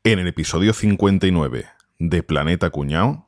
En el episodio 59 de Planeta Cuñao.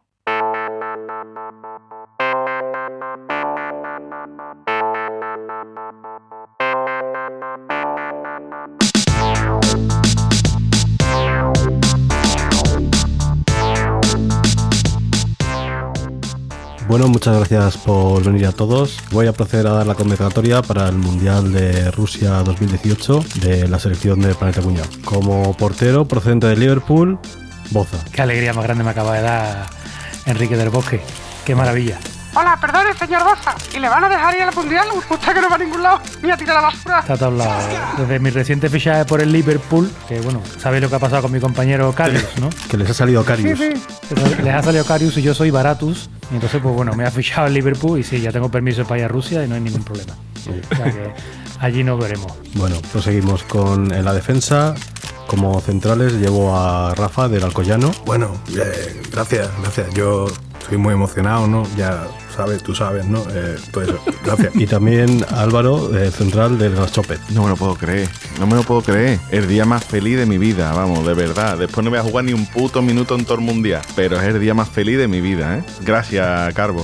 Bueno, muchas gracias por venir a todos. Voy a proceder a dar la convocatoria para el Mundial de Rusia 2018 de la selección de Planeta Cuñao. Como portero procedente de Liverpool, Boza. Qué alegría más grande me acaba de dar Enrique del Bosque. Qué maravilla. Hola, perdone, señor Boza. ¿Y le van a dejar ir al Mundial? Usted que no va a ningún lado. Mira, tira la basura. Está a todos lados. Desde mi reciente fichaje por el Liverpool, que bueno, sabéis lo que ha pasado con mi compañero Karius, ¿no? Que les ha salido Karius. Sí. Les ha salido Karius y yo soy Baratus. Y entonces, pues bueno, me ha fichado el Liverpool y sí, ya tengo permiso para ir a Rusia y no hay ningún problema. O sea que allí nos veremos. Bueno, proseguimos con en la defensa. Como centrales llevo a Rafa del Alcoyano. Bueno, gracias. Yo estoy muy emocionado, ¿no? Ya sabes, tú sabes, ¿no? Todo eso. Gracias. Y también Álvaro, central del Graschopet. No me lo puedo creer. El día más feliz de mi vida, vamos, de verdad. Después no voy a jugar ni un puto minuto en todo el mundial. Pero es el día más feliz de mi vida, ¿eh? Gracias, Carbo.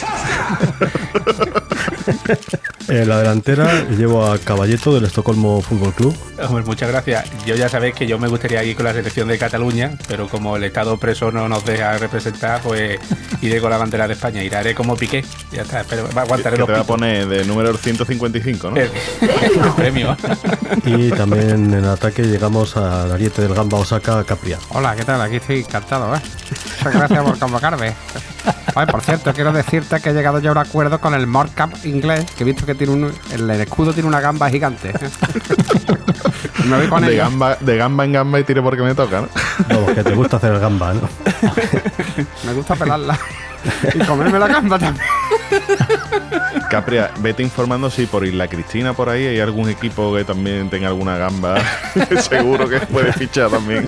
En la delantera llevo a Caballeto del Estocolmo Fútbol Club. Hombre, muchas gracias. Yo ya sabéis que yo me gustaría ir con la selección de Cataluña, pero como el Estado preso no nos deja representar, pues iré con la bandera de España. Iré como Piqué. Ya está, pero aguantaré los te va a picos. poner de número 155, ¿no? El premio. Y también en ataque llegamos al ariete del Gamba Osaka Capria. Hola, ¿qué tal? Aquí estoy encantado, ¿eh? Muchas gracias por convocarme. Oye, por cierto, quiero decirte que he llegado ya a un acuerdo con el Morcap inglés, que he visto que tiene el escudo tiene una gamba gigante. Me voy con de ello. gamba en gamba y tire porque me toca, ¿no? Vamos, que te gusta hacer el Gamba, ¿no? Me gusta pelarla. Y comerme la gamba también. Capria, vete informando si por Isla Cristina por ahí hay algún equipo que también tenga alguna gamba. Seguro que puede fichar también.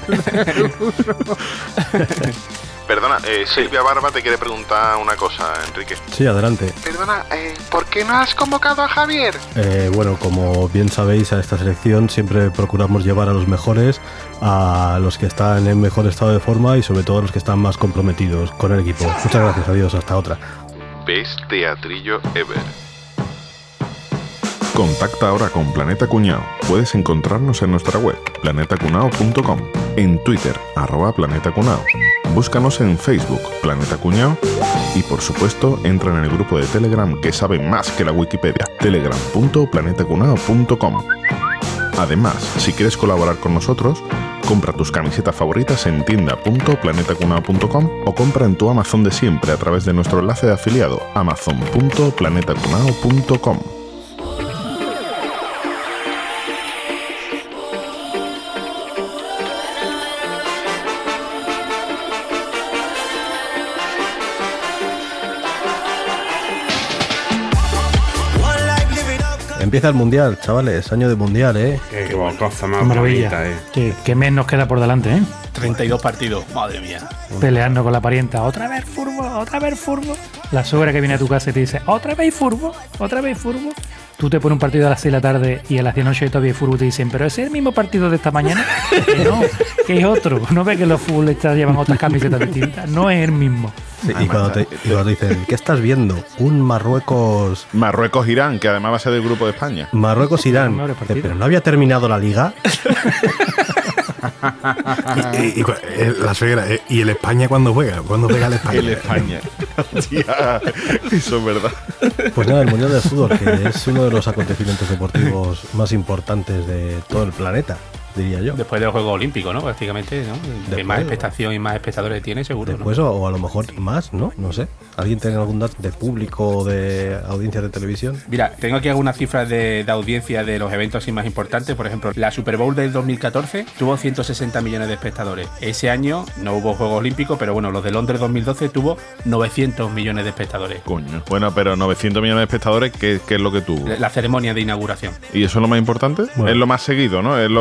Perdona, Silvia Barba te quiere preguntar una cosa, Enrique. Sí, adelante. Perdona, ¿por qué no has convocado a Javier? Bueno, como bien sabéis, a esta selección siempre procuramos llevar a los mejores, a los que están en mejor estado de forma y sobre todo a los que están más comprometidos con el equipo. Muchas gracias, adiós, hasta otra. Best teatrillo ever. Contacta ahora con Planeta Cuñao. Puedes encontrarnos en nuestra web, planetacunao.com, en Twitter, @planetacunao. Búscanos en Facebook, Planeta Cuñao, y por supuesto, entra en el grupo de Telegram que sabe más que la Wikipedia, telegram.planetacunao.com. Además, si quieres colaborar con nosotros, compra tus camisetas favoritas en tienda.planetacunao.com o compra en tu Amazon de siempre a través de nuestro enlace de afiliado, amazon.planetacunao.com. Empieza el Mundial, chavales, año de Mundial, ¿eh? Qué cosa más Qué maravilla. bonita, Sí, qué mes nos queda por delante, ¿eh? 32 partidos. Madre mía. Peleando con la parienta. Otra vez furbo. La suegra que viene a tu casa y te dice, otra vez furbo. Tú te pones un partido a las 6 de la tarde y a las 10 de la noche todavía hay fútbol y te dicen, pero ese es el mismo partido de esta mañana. Que no, que es otro. No ves que los futbolistas llevan otras camisetas distintas. No es el mismo. Sí, y cuando te dicen, ¿qué estás viendo? Un Marruecos-Irán, que además va a ser del grupo de España. Marruecos-Irán. Pero no había terminado la liga. y la suegra, ¿y el España cuándo juega? ¿Cuándo juega el España? El España. Tía, eso es verdad. Pues nada, el Mundial de Fútbol, que es uno de los acontecimientos deportivos más importantes de todo el planeta, diría yo. Después del Juego Olímpico, ¿no? Prácticamente, ¿no? Que más expectación y más espectadores tiene, seguro, después, ¿no? o a lo mejor más, ¿no? No sé. ¿Alguien tiene algún dato de público o de audiencia de televisión? Mira, tengo aquí algunas cifras de audiencia de los eventos así más importantes. Por ejemplo, la Super Bowl del 2014 tuvo 160 millones de espectadores. Ese año no hubo Juegos Olímpicos, pero bueno, los de Londres 2012 tuvo 900 millones de espectadores. Coño. Bueno, pero 900 millones de espectadores, ¿qué es lo que tuvo? La ceremonia de inauguración. ¿Y eso es lo más importante? Bueno. Es lo más seguido, ¿no? Es lo que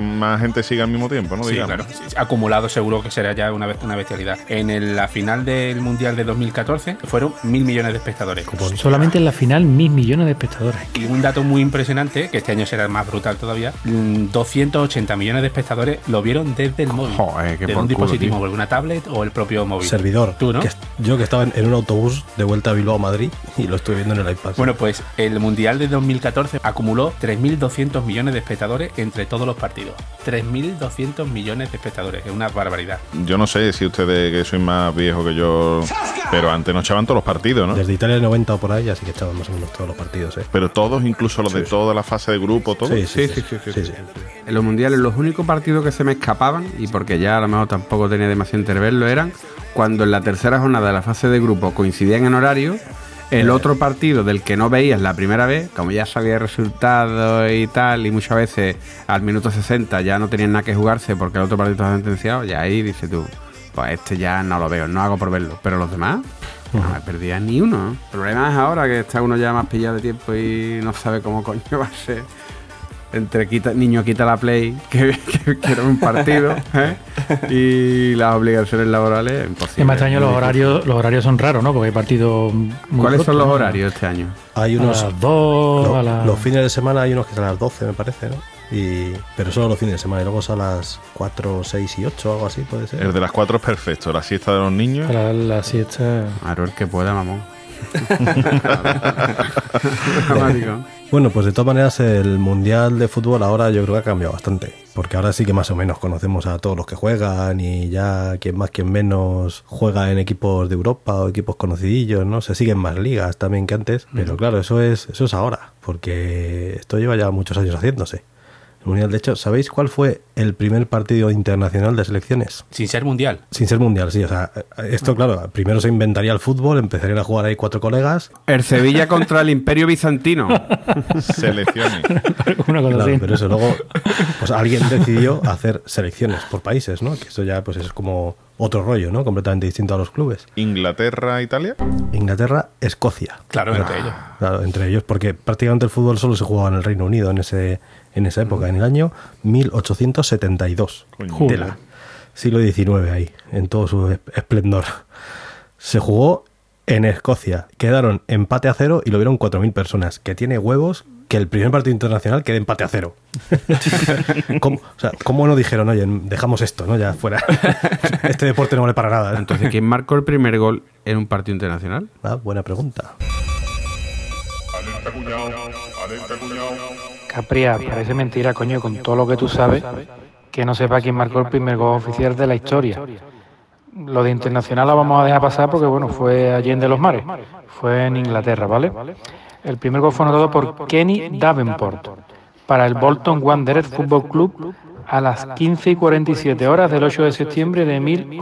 más gente siga al mismo tiempo, ¿no? Sí, Digamos. claro. Acumulado seguro que será ya una bestialidad. En la final del Mundial de 2014 fueron 1.000 millones de espectadores. Solamente en la final 1.000 millones de espectadores. Y un dato muy impresionante, que este año será más brutal todavía, 280 millones de espectadores lo vieron desde el móvil. Joder, qué desde por un culo, dispositivo tío. móvil, una tablet o el propio móvil. Servidor. Tú, ¿no? Yo que estaba en un autobús de vuelta a Bilbao a Madrid y lo estoy viendo en el iPad. Bueno, pues el Mundial de 2014 acumuló 3.200 millones de espectadores entre todos los partidos. 3.200 millones de espectadores, es una barbaridad. Yo no sé si ustedes, que sois más viejos que yo, pero antes no echaban todos los partidos, ¿no? Desde Italia del 90 o por ahí, así que echaban más o menos todos los partidos, ¿eh? Pero todos, incluso los de toda la fase de grupo, todos. Sí. En los mundiales, los únicos partidos que se me escapaban, y porque ya a lo mejor tampoco tenía demasiado interverlo, eran cuando en la tercera jornada de la fase de grupo coincidían en horario. El otro partido del que no veías la primera vez, como ya sabía el resultado y tal, y muchas veces al minuto 60 ya no tenían nada que jugarse porque el otro partido estaba sentenciado, y ahí dices tú, pues este ya no lo veo, no hago por verlo. Pero los demás, no me perdía ni uno. El problema es ahora que está uno ya más pillado de tiempo y no sabe cómo coño va a ser. Entre niño quita la play, que quiero un partido, ¿eh? Y las obligaciones laborales, imposible. Y más este año los horarios son raros, ¿no? Porque hay partidos muy ¿Cuáles son cortos, los ¿no? horarios este año? Hay A unos. las 2, a las... Los fines de semana hay unos que son a las 12, me parece, ¿no? Pero solo los fines de semana. Y luego son a las 4, 6 y 8, algo así, puede ser. El de las 4 es perfecto. La siesta de los niños. Para la siesta... Claro, el que pueda, mamón. Bueno, pues de todas maneras el Mundial de Fútbol ahora yo creo que ha cambiado bastante, porque ahora sí que más o menos conocemos a todos los que juegan y ya quien más quien menos juega en equipos de Europa o equipos conocidillos, ¿no? Se siguen más ligas también que antes, pero claro, eso es ahora, porque esto lleva ya muchos años haciéndose. El Mundial, de hecho, ¿sabéis cuál fue el primer partido internacional de selecciones? Sin ser mundial. Sin ser mundial, sí. O sea, esto, claro, primero se inventaría el fútbol, empezarían a jugar ahí 4 colegas. El Sevilla contra el Imperio Bizantino. Selecciones. Una cosa Claro, así. pero eso luego, pues alguien decidió hacer selecciones por países, ¿no? Que eso ya pues es como otro rollo, ¿no? Completamente distinto a los clubes. Inglaterra, Italia. Inglaterra, Escocia. Claro, entre ellos. Claro, entre ellos, porque prácticamente el fútbol solo se jugaba en el Reino Unido en esa época, en el año 1872. Coño. Tela. Siglo XIX ahí, en todo su esplendor. Se jugó en Escocia. Quedaron empate a 0 y lo vieron 4.000 personas. Que tiene huevos que el primer partido internacional quede empate a 0. ¿Cómo no dijeron, oye, dejamos esto, ¿no? Ya fuera. Este deporte no vale para nada, ¿eh? Entonces, ¿quién marcó el primer gol en un partido internacional? Ah, buena pregunta. Capria, parece mentira, coño, con todo lo que tú sabes, que no sepa quién marcó el primer gol oficial de la historia. Lo de internacional lo vamos a dejar pasar porque, bueno, fue Allende los Mares. Fue en Inglaterra, ¿vale? El primer gol fue anotado por Kenny Davenport para el Bolton Wanderers Football Club a las 15:47 horas del 8 de septiembre de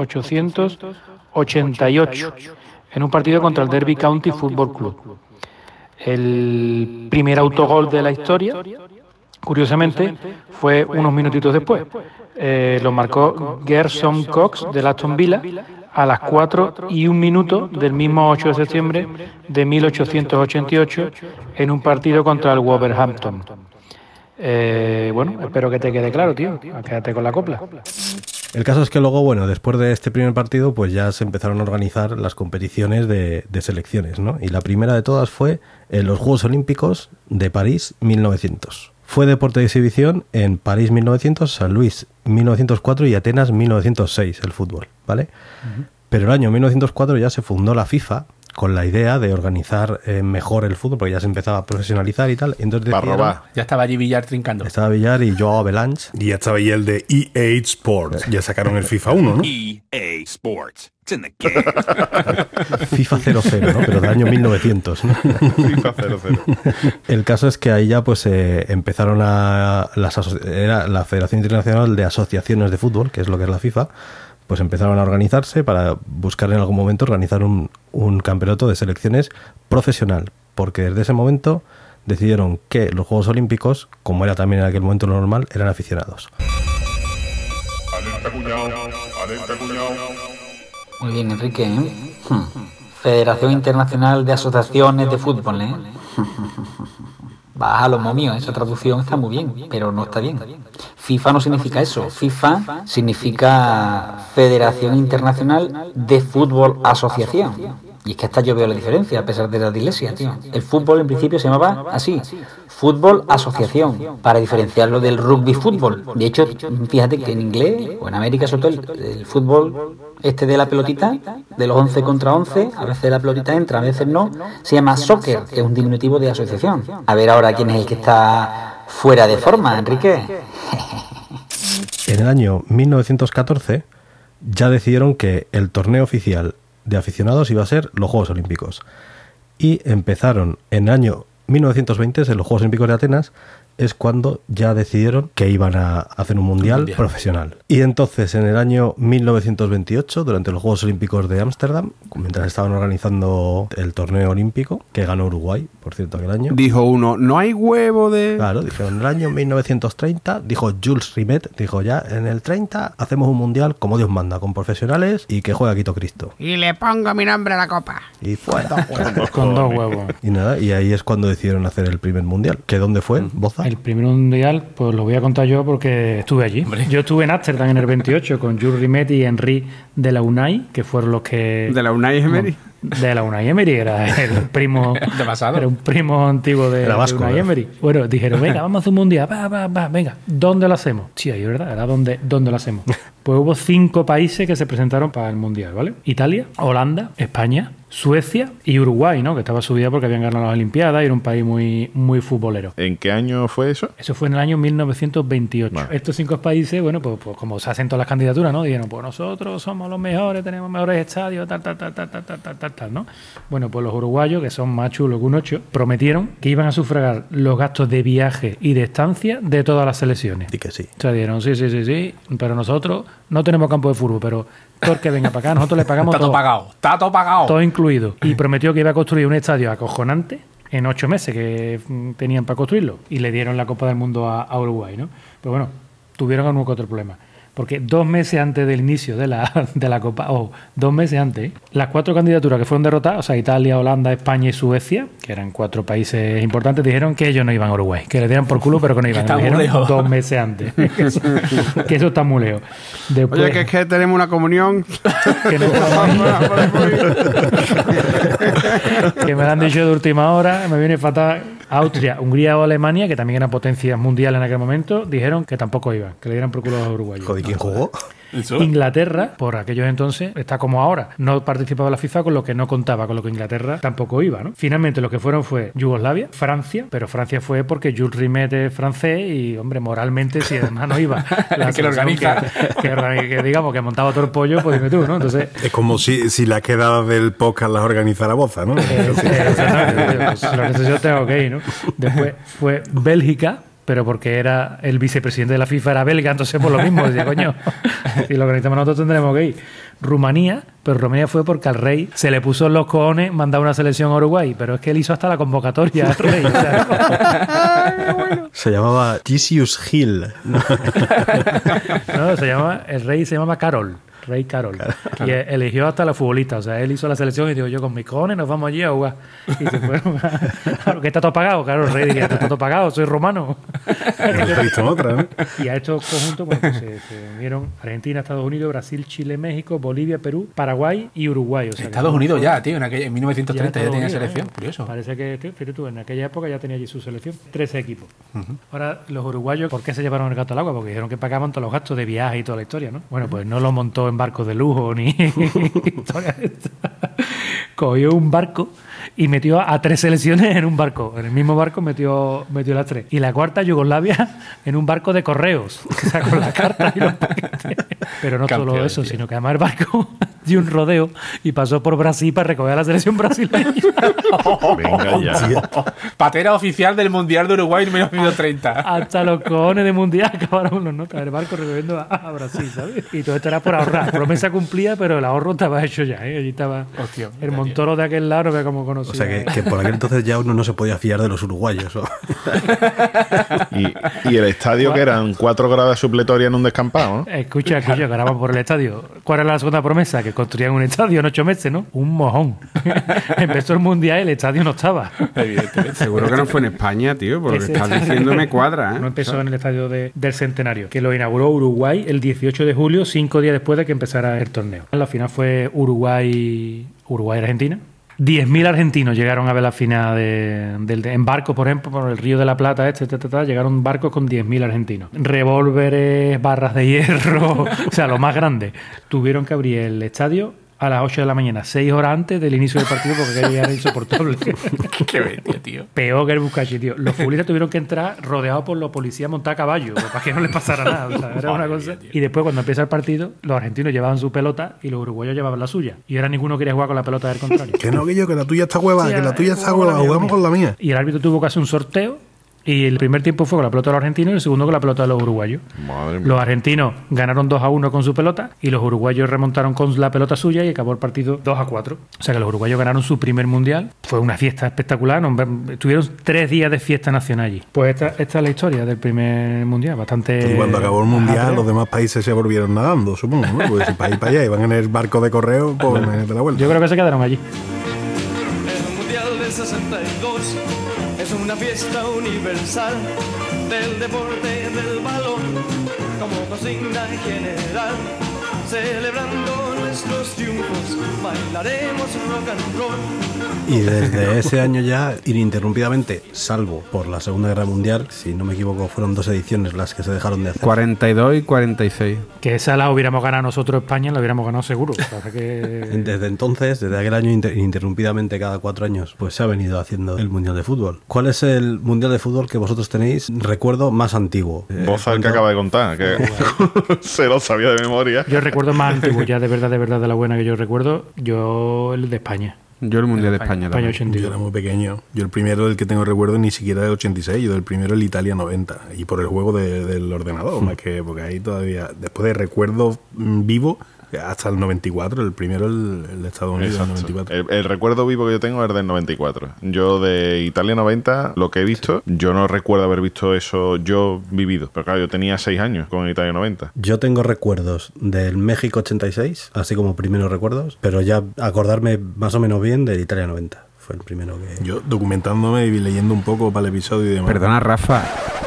1888 en un partido contra el Derby County Football Club. El primer autogol de la historia, curiosamente, fue unos minutitos después. Lo marcó Gerson Cox del Aston Villa a las 4:01 del mismo 8 de septiembre de 1888 en un partido contra el Wolverhampton. Bueno, espero que te quede claro, tío. Quédate con la copla. El caso es que luego, bueno, después de este primer partido, pues ya se empezaron a organizar las competiciones de selecciones, ¿no? Y la primera de todas fue en los Juegos Olímpicos de París 1900. Fue deporte de exhibición en París 1900, San Luis 1904 y Atenas 1906 el fútbol, ¿vale? Pero el año 1904 ya se fundó la FIFA con la idea de organizar mejor el fútbol, porque ya se empezaba a profesionalizar y tal. Entonces Para robar. Ya estaba allí Villar trincando. Estaba Villar y Joao Avalanche. Y ya estaba ahí el de EA Sports. Ya sacaron el FIFA 1, ¿no? EA Sports. It's in the game. FIFA 00, ¿no? Pero del año 1900, ¿no? FIFA 00. El caso es que ahí ya pues empezaron era la Federación Internacional de Asociaciones de Fútbol, que es lo que es la FIFA, pues empezaron a organizarse para buscar en algún momento organizar un campeonato de selecciones profesional, porque desde ese momento decidieron que los Juegos Olímpicos, como era también en aquel momento lo normal, eran aficionados. Muy bien, Enrique, ¿eh? Federación Internacional de Asociaciones de Fútbol, ¿eh? Baja los momios, esa traducción está muy bien, pero no está bien. FIFA no significa eso. FIFA significa Federación Internacional de Fútbol Asociación. Y es que hasta yo veo la diferencia, a pesar de la dislexia, tío. El fútbol en principio se llamaba así, Fútbol Asociación, para diferenciarlo del rugby fútbol. De hecho, fíjate que en inglés, o en América sobre todo, el fútbol de la pelotita, de los 11 contra 11, a veces la pelotita entra, a veces no, se llama soccer, que es un diminutivo de asociación. A ver ahora quién es el que está fuera de forma, Enrique. En el año 1914 ya decidieron que el torneo oficial de aficionados iba a ser los Juegos Olímpicos. Y empezaron en el año 1920, en los Juegos Olímpicos de Atenas, es cuando ya decidieron que iban a hacer un mundial profesional. Y entonces, en el año 1928, durante los Juegos Olímpicos de Ámsterdam, mientras estaban organizando el torneo olímpico, que ganó Uruguay, por cierto, aquel año. Dijo uno, no hay huevo de... Claro, dijeron, en el año 1930, dijo Jules Rimet, dijo ya, en el 30 hacemos un mundial como Dios manda, con profesionales y que juega Quito Cristo. Y le pongo mi nombre a la copa. Y fuera. Con 2 huevos. Y nada, y ahí es cuando decidieron hacer el primer mundial. ¿Que dónde fue, Boza? El primer mundial, pues lo voy a contar yo porque estuve allí. Hombre. Yo estuve en Ámsterdam en el 28 con Jules Rimet y Henri de la Unai, que fueron los que... ¿De la Unai Emery? De la Unai Emery, era el primo... Era un primo antiguo de Unai Emery. Bueno, dijeron, venga, vamos a hacer un mundial, venga, ¿dónde lo hacemos? Sí, ahí, ¿verdad? Era ¿dónde lo hacemos? Pues hubo 5 países que se presentaron para el mundial, ¿vale? Italia, Holanda, España, Suecia y Uruguay, ¿no? Que estaba subida porque habían ganado las Olimpiadas y era un país muy, muy futbolero. ¿En qué año fue eso? Eso fue en el año 1928. Vale. Estos 5 países, bueno, pues como se hacen todas las candidaturas, ¿no? Dijeron, pues nosotros somos los mejores, tenemos mejores estadios, tal, ¿no? Bueno, pues los uruguayos, que son más chulos que un 8, prometieron que iban a sufragar los gastos de viaje y de estancia de todas las selecciones. Y que sí. O sea, dijeron, sí, pero nosotros no tenemos campo de fútbol, pero todo el que venga para acá, nosotros le pagamos Está todo pagado. Todo incluido. Y prometió que iba a construir un estadio acojonante en 8 meses que tenían para construirlo. Y le dieron la Copa del Mundo a Uruguay, ¿no? Pero bueno, tuvieron algún otro problema. Porque 2 meses antes del inicio de la Copa, 2 meses antes, las 4 candidaturas que fueron derrotadas, o sea, Italia, Holanda, España y Suecia, que eran 4 países importantes, dijeron que ellos no iban a Uruguay, que le dieran por culo, pero que no iban. Lo dijeron 2 meses antes. que eso está muy lejos. Después, oye, que es que tenemos una comunión. Que, no que me lo han dicho de última hora, me viene fatal. Austria, Hungría o Alemania, que también eran potencias mundiales en aquel momento, dijeron que tampoco iban, que le dieran por culo a los uruguayos. Joder, ¿quién jugó? Inglaterra, por aquellos entonces, está como ahora. No participaba en la FIFA, con lo que no contaba, con lo que Inglaterra tampoco iba, ¿no? Finalmente, lo que fueron fue Yugoslavia, Francia, pero Francia fue porque Jules Rimet es francés y, hombre, moralmente, si además no iba. Que lo organiza. Que digamos, que montaba todo el pollo, pues dime tú, ¿no? Entonces... Es como si las quedadas del podcast las organizara Boza, ¿no? Exactamente. Lo que yo tengo que ir, ¿no? Después fue Bélgica, pero porque era el vicepresidente de la FIFA era belga, entonces por lo mismo, decía, coño, si lo organizamos nosotros tendremos que ir. Rumanía, pero Rumanía fue porque al rey se le puso en los cojones mandar una selección a Uruguay, pero es que él hizo hasta la convocatoria al rey. O sea, Se llamaba Tisius Hill. no, el rey se llamaba Carol. Rey Carol. Y eligió hasta la futbolista. O sea, él hizo la selección y dijo, yo con mis cojones nos vamos allí a jugar. Y se fueron Claro, que está todo pagado. Claro, el rey diría, está todo pagado, soy romano. Y a estos conjuntos pues, se unieron Argentina, Estados Unidos, Brasil, Chile, México, Bolivia, Perú, Paraguay y Uruguay. O sea, Estados Unidos ya, tío. En 1930 ya tenía selección. Curioso. Parece que, fíjate tú, en aquella época ya tenía allí su selección. 13 equipos. Ahora, los uruguayos, ¿por qué se llevaron el gato al agua? Porque dijeron que pagaban todos los gastos de viaje y toda la historia, ¿no? Bueno, pues no lo montó en barcos de lujo ni historia de esta. Cogió un barco y metió a 3 selecciones en un barco. En el mismo barco metió las 3. Y la cuarta, Yugoslavia, en un barco de correos. O sea, con las cartas y los paquetes. Pero no solo eso, sino que además el barco dio un rodeo y pasó por Brasil para recoger a la selección brasileña. Venga ya. Patera oficial del Mundial de Uruguay en 1930. Hasta los cojones de Mundial acabaron los notas del barco recogiendo a Brasil, ¿sabes? Y todo esto era por ahorrar. Promesa cumplida, pero el ahorro estaba hecho ya, ¿eh? Allí estaba el Montoro de aquel lado, no vea cómo conocía. O sea que por aquel entonces ya uno no se podía fiar de los uruguayos. ¿O? Y el estadio que eran 4 gradas supletorias en un descampado, ¿no? Escucha, ganaban por el estadio. ¿Cuál era la segunda promesa? Que construían un estadio en 8 meses, ¿no? Un mojón. Empezó el Mundial y el estadio no estaba. Evidentemente. Seguro que no fue en España, tío, por lo que estás diciendo me cuadra, ¿eh? No empezó en el estadio del Centenario, que lo inauguró Uruguay el 18 de julio, 5 días después de que empezara el torneo. La final fue Uruguay-Argentina. 10.000 argentinos llegaron a ver la final en barcos, por ejemplo, por el Río de la Plata, llegaron barcos con 10.000 argentinos. Revólveres, barras de hierro, o sea, lo más grande. Tuvieron que abrir el estadio a las 8 de la mañana, 6 horas antes del inicio del partido, porque aquello ya era insoportable. Qué bestia, tío. Peor que el Buscachi, tío. Los futbolistas tuvieron que entrar rodeados por los policías montados a caballo, para que no les pasara nada. O sea, era una cosa. Y después, cuando empieza el partido, los argentinos llevaban su pelota y los uruguayos llevaban la suya. Y ahora ninguno quería jugar con la pelota del contrario. Que no, que la tuya está hueva, Sí, que la tuya está hueva, jugamos con la mía. Y el árbitro tuvo que hacer un sorteo. Y el primer tiempo fue con la pelota de los argentinos y el segundo con la pelota de los uruguayos. Madre mía. Los argentinos ganaron 2-1 con su pelota y los uruguayos remontaron con la pelota suya y acabó el partido 2-4. O sea que los uruguayos ganaron su primer mundial. Fue una fiesta espectacular. Tuvieron 3 días de fiesta nacional allí. Pues esta es la historia del primer mundial. Bastante. Y cuando acabó el mundial, los demás países se volvieron nadando, supongo, ¿no? Porque si para ir para allá iban en el barco de correo, pues de la vuelta. Yo creo que se quedaron allí. El mundial del 62 es una fiesta universal del deporte del balón como consigna general. Celebrando nuestros triunfos, bailaremos rock and roll. Y desde ese año ya, ininterrumpidamente, salvo por la Segunda Guerra Mundial, si no me equivoco, fueron 2 ediciones las que se dejaron de hacer. 42 y 46. Que esa la hubiéramos ganado nosotros España, la hubiéramos ganado seguro. O sea que... Desde entonces, desde aquel año ininterrumpidamente cada 4 años, pues se ha venido haciendo el Mundial de Fútbol. ¿Cuál es el Mundial de Fútbol que vosotros tenéis, recuerdo, más antiguo? Vos el que acaba de contar, que se lo sabía de memoria. Yo recuerdo más antiguo, ya de verdad, de la buena que yo recuerdo, yo el de España. Yo el Mundial de España también. 82. Yo era muy pequeño. Yo el primero del que tengo recuerdo ni siquiera de 86. Yo del primero el Italia 90. Y por el juego del ordenador, más que porque ahí todavía, después de recuerdo vivo, hasta el 94. El primero el de Estados Unidos, el 94. El recuerdo vivo que yo tengo es del 94. Yo de Italia 90, lo que he visto, yo no recuerdo haber visto eso yo vivido. Pero claro, yo tenía 6 años con Italia 90. Yo tengo recuerdos del México 86, así como primeros recuerdos, pero ya acordarme más o menos bien del Italia 90. Fue el primero que... Yo documentándome y leyendo un poco para el episodio y demás. Perdona, Rafa,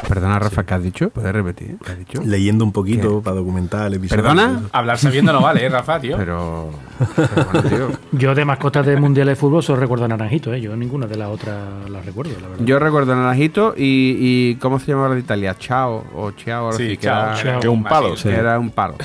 sí. ¿Qué has dicho? ¿Puedes repetir? ¿Qué has dicho? Leyendo un poquito para documentar el episodio. ¿Perdona? Hablar sabiendo no vale, Rafa, tío. Pero bueno, tío. Yo de mascotas de Mundial de Fútbol solo recuerdo a Naranjito, ¿eh? Yo ninguna de las otras las recuerdo, la verdad. Yo recuerdo a Naranjito y ¿cómo se llamaba de Italia? Chao o Chiao. Sí, Chao. Que un palo. Sí. Era un palo.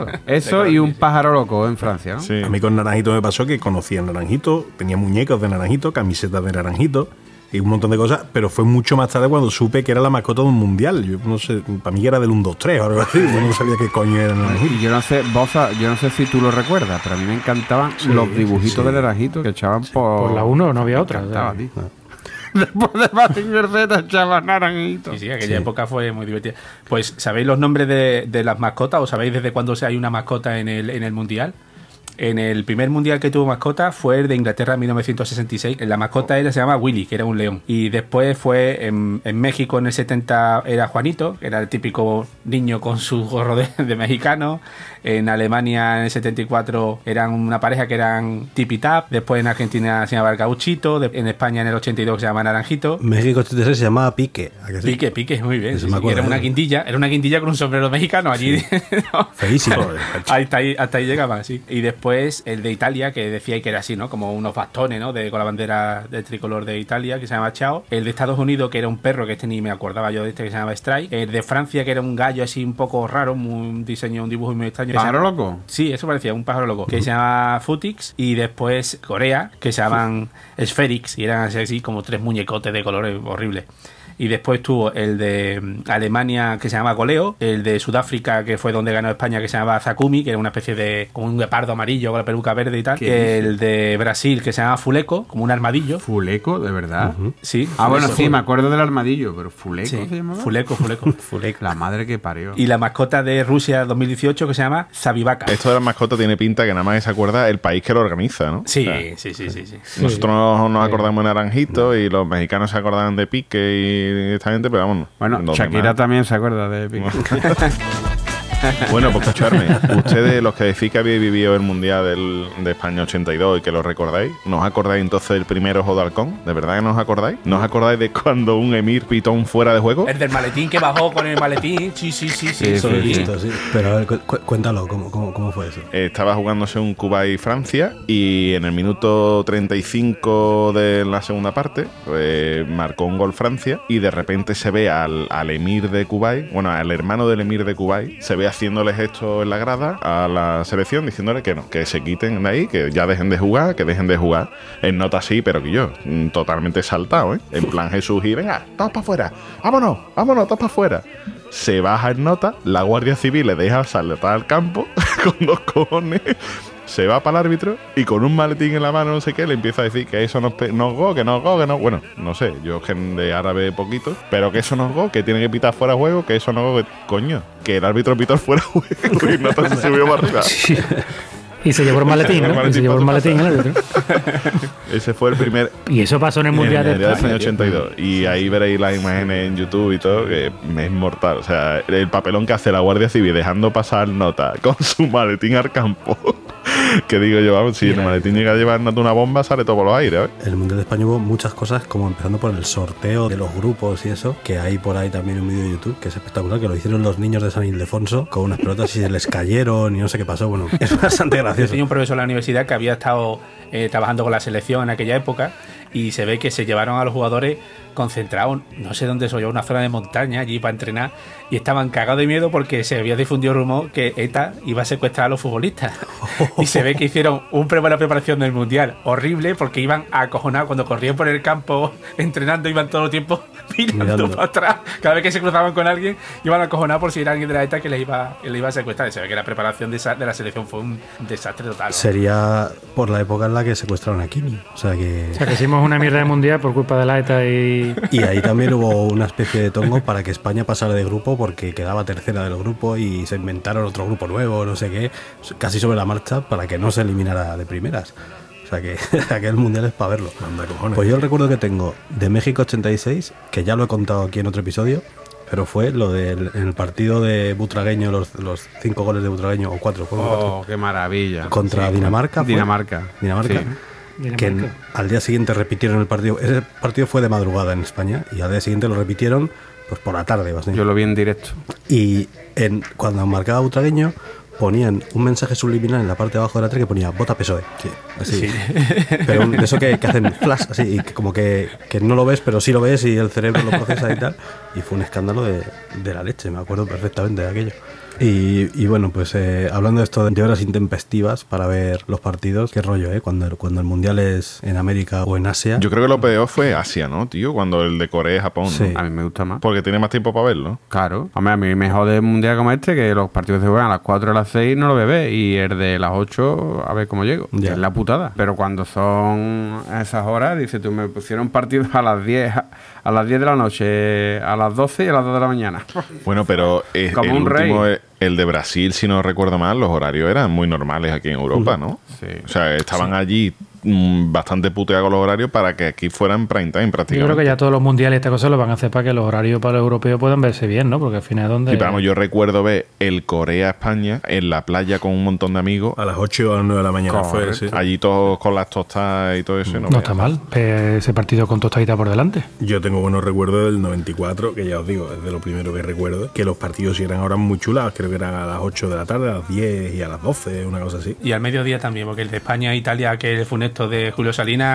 Eso y un pájaro loco en Francia, ¿no? Sí. A mí con Naranjito me pasó que conocía a Naranjito, tenía muñecos de Naranjito, camisetas de Naranjito y un montón de cosas, pero fue mucho más tarde cuando supe que era la mascota de un mundial. Yo no sé, para mí era del 1-2-3 o algo así. Yo no sabía qué coño era Naranjito. Y yo no sé, Boza, yo no sé si tú lo recuerdas, pero a mí me encantaban los dibujitos de Naranjito que echaban por la 1 no había otra. Me encantaba, tío. Después de Mazinger Z echaban Naranjito. Sí, aquella época fue muy divertida. Pues, ¿sabéis los nombres de las mascotas o sabéis desde cuándo hay una mascota en el mundial? En el primer mundial que tuvo mascota fue el de Inglaterra en 1966. La mascota se llama Willy, que era un león. Y después fue en México en el 70 era Juanito, que era el típico niño con su gorro de mexicano. En Alemania en el 74 eran una pareja que eran Tipi Tap. Después en Argentina se llamaba el Gauchito. En España en el 82 se llama Naranjito. México 86 se llamaba Pique. ¿A que sí? Pique, muy bien. Sí, acuerdo, era una quintilla con un sombrero mexicano allí. No. Feísimo. Hasta ahí llegaban, sí. Y después el de Italia, que decía que era así, ¿no? Como unos bastones, ¿no? Con la bandera del tricolor de Italia, que se llama Chao. El de Estados Unidos, que era un perro, que ni me acordaba yo de que se llamaba Strike. El de Francia, que era un gallo así un poco raro, un dibujo muy extraño. ¿Pájaro loco? Sí, eso parecía, un pájaro loco. Que se llama Futix. Y después Corea, que se llaman Spherix. Y eran así como 3 muñecotes de colores horribles. y después tuvo el de Alemania que se llama Goleo, el de Sudáfrica que fue donde ganó España que se llamaba Zakumi, que era una especie de como un guepardo amarillo con la peluca verde y tal, el de Brasil que se llama Fuleco, como un armadillo. ¿Fuleco? ¿De verdad? Sí. Bueno, sí, me acuerdo del armadillo, pero ¿Fuleco se llamaba? Fuleco. La madre que parió. Y la mascota de Rusia 2018 que se llama Zabibaka. Esto de la mascota tiene pinta que nada más se acuerda el país que lo organiza, ¿no? Sí, o sea, sí. Nosotros nos acordamos de Naranjito y los mexicanos se acordaban de Pique y esta gente, pero vámonos. Bueno, Shakira también se acuerda de Pique. Bueno, pues escucharme, ustedes los que decís que habéis vivido el Mundial de España 82 y que lo recordáis, ¿no os acordáis entonces del primer Ojo de Halcón? ¿De verdad que no os acordáis? ¿No os acordáis de cuando un emir pitó un fuera de juego? El del maletín que bajó con el maletín. Sí. Pero a ver, cuéntalo, ¿cómo fue eso? Estaba jugándose un Cuba y Francia y en el minuto 35 de la segunda parte marcó un gol Francia y de repente se ve al emir de Kuwait, bueno, al hermano del emir de Kuwait, se ve haciéndoles esto en la grada a la selección diciéndole que no, que se quiten de ahí, que ya dejen de jugar, en nota así, pero que yo totalmente saltado, en plan Jesús y venga, todos para afuera, vámonos, todos para afuera. Se baja en nota, la Guardia Civil le deja saltar al campo con 2 cojones, se va para el árbitro y con un maletín en la mano, no sé qué, le empieza a decir que eso no es go, que no. Bueno, no sé, yo de árabe poquito, pero que eso no es go, que tiene que pitar fuera de juego, que eso no es go, que, coño, que el árbitro pitó fuera de juego y no se subió para arriba. Sí. Y se llevó el maletín, ¿no? Se llevó el maletín el árbitro. Ese fue el primer... Y eso pasó en el Mundial de España 82. Y ahí veréis las imágenes en YouTube y todo, que es mortal. O sea, el papelón que hace la Guardia Civil dejando pasar nota con su maletín al campo. Que digo yo, vamos, si el maletín llega a llevar una bomba, sale todo por los aires, ¿eh? En el Mundial de España hubo muchas cosas, como empezando por el sorteo de los grupos y eso, que hay por ahí también un vídeo de YouTube, que es espectacular, que lo hicieron los niños de San Ildefonso con unas pelotas y se les cayeron y no sé qué pasó. Bueno, es bastante gracioso. Yo tenía un profesor en la universidad que había estado trabajando con la selección en aquella época y se ve que se llevaron a los jugadores concentrados, no sé dónde soy yo, una zona de montaña allí para entrenar, y estaban cagados de miedo porque se había difundido rumor que ETA iba a secuestrar a los futbolistas. Y se ve que hicieron una preparación del Mundial horrible porque iban acojonados cuando corrían por el campo entrenando, iban todo el tiempo mirando para atrás. Cada vez que se cruzaban con alguien iban acojonados por si era alguien de la ETA que les iba a secuestrar. Y se ve que la preparación de la selección fue un desastre total, ¿no? Sería por la época en la que secuestraron a Kini. O sea que hicimos una mierda de Mundial por culpa de la ETA y ahí también hubo una especie de tongo para que España pasara de grupo porque quedaba tercera del grupo y se inventaron otro grupo nuevo, no sé qué, casi sobre la marcha para que no se eliminara de primeras. O sea que aquel Mundial es para verlo. Manda cojones. Pues yo el recuerdo que tengo de México 86, que ya lo he contado aquí en otro episodio, pero fue lo del en el partido de Butragueño, los 5 goles de Butragueño, o 4. Oh, qué maravilla. Contra Dinamarca. Dinamarca. Sí. Que al día siguiente repitieron el partido. Ese partido fue de madrugada en España y al día siguiente lo repitieron pues por la tarde. Bastante. Yo lo vi en directo. Y cuando marcaba Butragueño ponían un mensaje subliminal en la parte de abajo de la tele que ponía vota PSOE. Sí, así. Sí. Pero de eso que hacen flash así y como que no lo ves pero sí lo ves y el cerebro lo procesa y tal. Y fue un escándalo de la leche, me acuerdo perfectamente de aquello. Y bueno, pues hablando de esto de horas intempestivas para ver los partidos, qué rollo, cuando el Mundial es en América o en Asia. Yo creo que lo peor fue Asia, ¿no, tío? Cuando el de Corea y Japón, ¿no? Sí. A mí me gusta más. Porque tiene más tiempo para verlo. Claro. Hombre, a mí me jode un Mundial como este, que los partidos se juegan a las 4 o a las 6 no lo bebé, y el de las 8 a ver cómo llego. Ya. Es la putada. Pero cuando son a esas horas, dice tú, me pusieron partidos a las 10 de la noche, a las 12 y a las 2 de la mañana. Bueno, pero como un último rey. El de Brasil, si no recuerdo mal, los horarios eran muy normales aquí en Europa, ¿no? Sí. O sea, estaban allí bastante puteados con los horarios para que aquí fueran prime time prácticamente. Yo creo que ya todos los mundiales esta cosa lo van a hacer para que los horarios para los europeos puedan verse bien, ¿no? Porque al final es donde... Sí, pero vamos, yo recuerdo ver el Corea-España en la playa con un montón de amigos. A las 8 o a las 9 de la mañana fue, sí. Allí todos con las tostadas y todo eso. No está mal, ese partido con tostadita por delante. Yo tengo buenos recuerdos del 94, que ya os digo, es de lo primero que recuerdo, que los partidos eran ahora muy chulados, creo que eran a las 8 de la tarde, a las 10 y a las 12, una cosa así. Y al mediodía también, porque el de España e Italia, que es el funesto de Julio Salinas,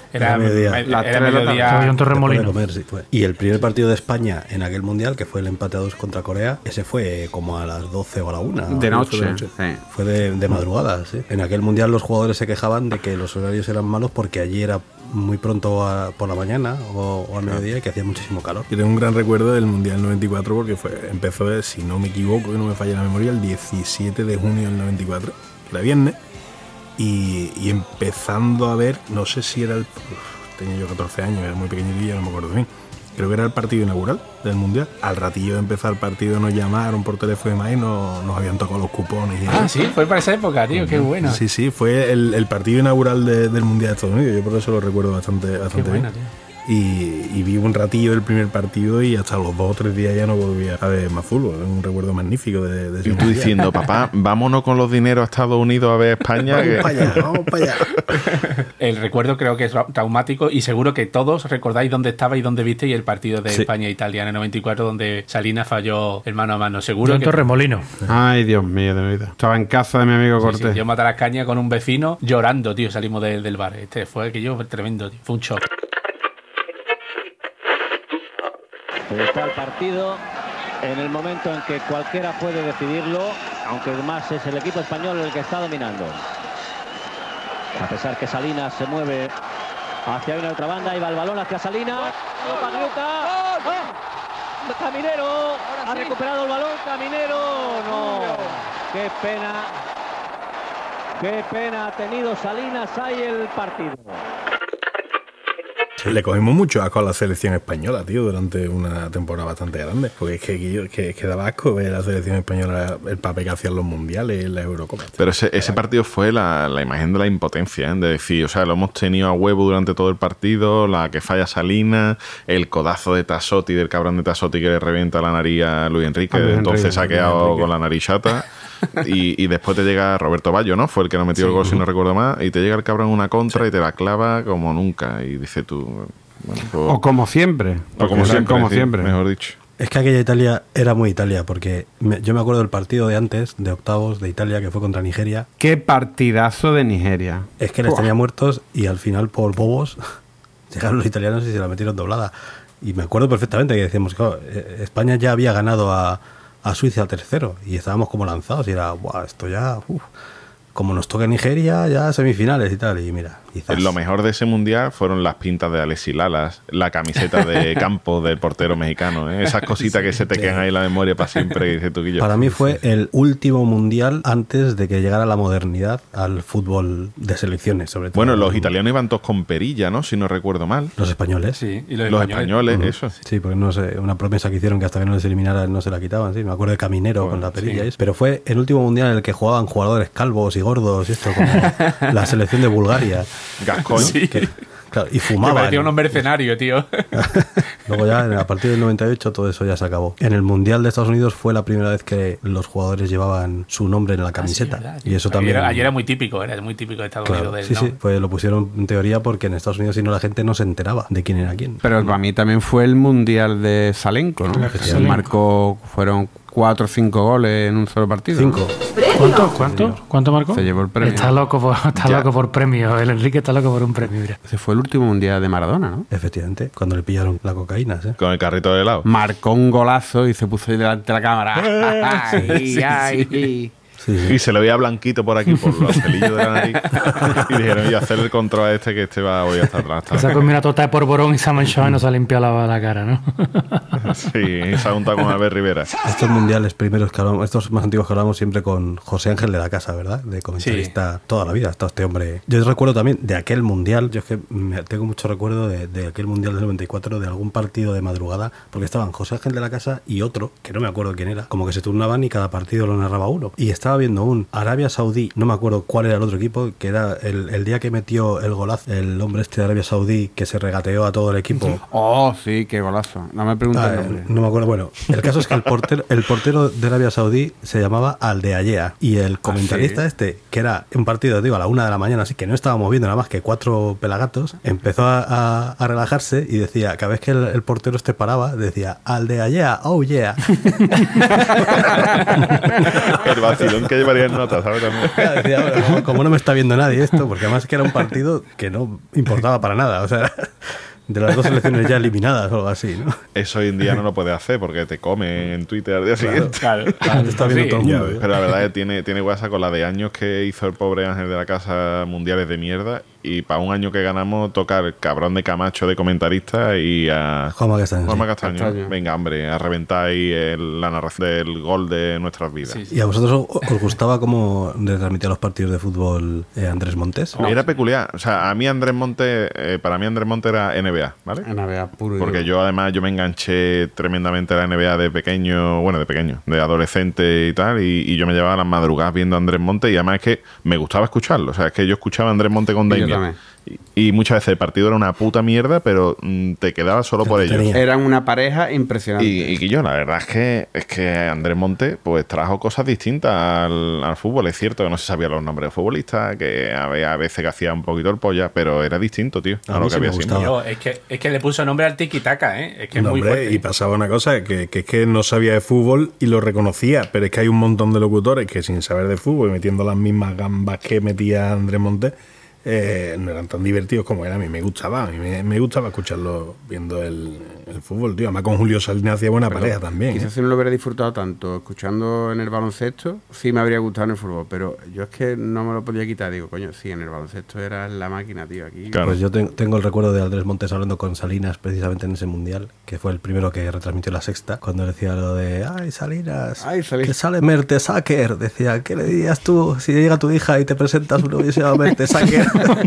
Era mediodía. era mediodía. Había un Torremolino. Después de comer, sí, fue. Y el primer partido de España en aquel mundial, que fue el empate a 2 contra Corea, ese fue como a las 12 o a la 1. De noche. Sí. Fue de madrugada, sí. En aquel mundial los jugadores se quejaban de que los horarios eran malos porque allí era muy pronto por la mañana o al mediodía y que hacía muchísimo calor. Yo tengo un gran recuerdo del Mundial 94 porque empezó, si no me equivoco, que no me falla la memoria, el 17 de junio del 94, que era viernes, y empezando a ver, no sé si era tenía yo 14 años, era muy pequeñito, no me acuerdo bien. Creo que era el partido inaugural del Mundial. Al ratillo de empezar el partido nos llamaron por teléfono y demás y nos habían tocado los cupones. Sí, fue para esa época, tío, qué bueno. Sí, fue el partido inaugural del Mundial de Estados Unidos. Yo por eso lo recuerdo bastante qué bueno, bien. Tío. Y vi un ratillo del primer partido y hasta los 2 o 3 días ya no volví a ver más fútbol. Es un recuerdo magnífico de ese Y tú diciendo, papá, vámonos con los dineros a Estados Unidos a ver España. Vamos para allá. El recuerdo creo que es traumático y seguro que todos recordáis dónde estaba y dónde visteis el partido de España e Italia en el 94 donde Salinas falló el mano a mano. Seguro Yo en Torremolino. Ay, Dios mío de mi vida. Estaba en casa de mi amigo Cortés. Sí, yo maté a las cañas con un vecino llorando, tío. Salimos del bar. Fue aquello tremendo, tío. Fue un shock. Está el partido en el momento en que cualquiera puede decidirlo, aunque más es el equipo español el que está dominando. A pesar que Salinas se mueve hacia una otra banda, y va el balón hacia Salinas. Caminero ha recuperado el balón. Caminero, no. Qué pena ha tenido Salinas ahí el partido. Le cogimos mucho asco a la selección española, tío, durante una temporada bastante grande. Porque es que daba asco ver a la selección española el papel que hacían los mundiales, la Eurocopa. Pero ese partido fue la imagen de la impotencia, ¿eh? De decir, o sea, lo hemos tenido a huevo durante todo el partido, la que falla Salinas, el codazo de Tassotti, del cabrón de Tassotti que le revienta la nariz a Luis Enrique, entonces se ha quedado con la nariz chata. Y después te llega Roberto Baggio, ¿no? Fue el que nos metió el gol, si no recuerdo más, y te llega el cabrón una contra y te la clava como nunca. Y dices tú... Bueno, pues, o como siempre. O como siempre, mejor dicho. Es que aquella Italia era muy Italia, porque yo me acuerdo del partido de antes, de octavos de Italia, que fue contra Nigeria. ¡Qué partidazo de Nigeria! Es que les tenía muertos y al final, por bobos, llegaron los italianos y se la metieron doblada. Y me acuerdo perfectamente que decíamos, claro, España ya había ganado a Suiza 3-0 y estábamos como lanzados y era, ¡buah! Esto ya, como nos toca Nigeria, ya semifinales y tal, y mira. Quizás. Lo mejor de ese mundial fueron las pintas de Alexis Lalas, la camiseta de campo del portero mexicano, ¿eh? Esas cositas que se te quedan ahí en la memoria para siempre, que dices tú, Guillo. Para mí fue el último mundial antes de que llegara la modernidad al fútbol de selecciones, sobre todo. Bueno, los italianos iban todos con perilla, ¿no? Si no recuerdo mal. Los españoles. Sí, y los españoles, eso. Sí, porque no sé, una promesa que hicieron que hasta que no les eliminaran no se la quitaban, sí. Me acuerdo de Caminero con la perilla. Sí. Pero fue el último mundial en el que jugaban jugadores calvos y gordos y esto, como la selección de Bulgaria. Gascoigne. Sí. Claro, y fumaban. Me parecía un mercenario, tío. Luego ya, a partir del 98, todo eso ya se acabó. En el Mundial de Estados Unidos fue la primera vez que los jugadores llevaban su nombre en la camiseta. Sí, verdad, y eso también... Ayer era muy típico de Estados Unidos. Sí, ¿no? Sí, pues lo pusieron en teoría porque en Estados Unidos si no la gente no se enteraba de quién era quién. Pero para mí también fue el Mundial de Salenko, ¿no? Él marcó, fueron 4 o 5 goles en un solo partido. 5. ¿Cuánto marcó? Se llevó el premio. Está loco por premio. El Enrique está loco por un premio, mira. Ese fue el último mundial de Maradona, ¿no? Efectivamente, cuando le pillaron la cocaína, ¿sí? Con el carrito de helado. Marcó un golazo y se puso ahí delante de la cámara. Sí. Y se le veía blanquito por aquí, por los pelillos de la nariz. Y dijeron, y hacer el control a este, que este va hoy hasta atrás. Se ha comido una tota de porborón y se ha manchado y no se ha limpiado la cara, ¿no? Sí, y se ha juntado con Albert Rivera. Estos mundiales primeros que hablamos, estos más antiguos que hablamos siempre con José Ángel de la Casa, ¿verdad? De comentarista toda la vida, hasta este hombre. Yo recuerdo también de aquel mundial, yo es que tengo mucho recuerdo de aquel mundial del 94, de algún partido de madrugada, porque estaban José Ángel de la Casa y otro, que no me acuerdo quién era, como que se turnaban y cada partido lo narraba uno. Y estaba viendo un Arabia Saudí, no me acuerdo cuál era el otro equipo, que era el día que metió el golazo, el hombre este de Arabia Saudí que se regateó a todo el equipo. Oh, sí, qué golazo. No me preguntes el nombre. No me acuerdo. Bueno, el caso es que el portero de Arabia Saudí se llamaba Aldeayea y el comentarista este, que era un partido, digo, a la 1 de la mañana, así que no estábamos viendo nada más que 4 pelagatos, empezó a relajarse y decía, cada vez que el portero este paraba, decía, Aldeayea, oh yeah. El vacilón Salín que llevaría en nota, ¿sabes? También. Decía, bueno, como no me está viendo nadie esto, porque además que era un partido que no importaba para nada, o sea, de las dos selecciones ya eliminadas o algo así, ¿no? Eso hoy en día no lo puedes hacer porque te comen en Twitter al día siguiente. Claro. Te está viendo todo el mundo. Pero la verdad es que tiene WhatsApp con la de años que hizo el pobre Ángel de la Casa, mundiales de mierda, y para un año que ganamos toca el cabrón de Camacho de comentarista y a Juanma Castaño. Castaño. Venga, hombre, a reventar ahí la narración del gol de nuestras vidas. Sí, sí. ¿Y a vosotros os gustaba cómo retransmitía los partidos de fútbol Andrés Montes? Era peculiar. O sea, a mí Andrés Montes, para mí Andrés Montes era NBA, ¿vale? NBA puro. Porque yo además me enganché tremendamente a la NBA de pequeño, de adolescente y tal, y yo me llevaba las madrugadas viendo a Andrés Montes, y además es que me gustaba escucharlo. O sea, es que yo escuchaba a Andrés Montes con Damien. Y muchas veces el partido era una puta mierda, pero te quedabas solo por ellos. Eran una pareja impresionante. Y yo, la verdad es que Andrés Montes pues trajo cosas distintas al fútbol. Es cierto que no se sabían los nombres de futbolistas, que había veces que hacía un poquito el polla, pero era distinto, tío, a lo que había sido. Es que le puso nombre al tiki-taka, ¿eh? Es que es muy fuerte. Y pasaba una cosa, que es que no sabía de fútbol y lo reconocía, pero es que hay un montón de locutores que sin saber de fútbol y metiendo las mismas gambas que metía Andrés Montes, no eran tan divertidos como era. A mí me gustaba, me gustaba escucharlo viendo el fútbol, tío. Además con Julio Salinas hacía buena pareja también. Quizás si no lo hubiera disfrutado tanto escuchando en el baloncesto, sí me habría gustado en el fútbol, pero yo es que no me lo podía quitar. Digo, coño, sí, en el baloncesto era la máquina, tío. Aquí. Claro. Pues yo tengo el recuerdo de Andrés Montes hablando con Salinas precisamente en ese mundial, que fue el primero que retransmitió La Sexta, cuando decía lo de ¡ay, Salinas! Que sale Mertesacker. Decía, ¿qué le dirías tú si llega tu hija y te presentas un novio que se llama Mertesacker?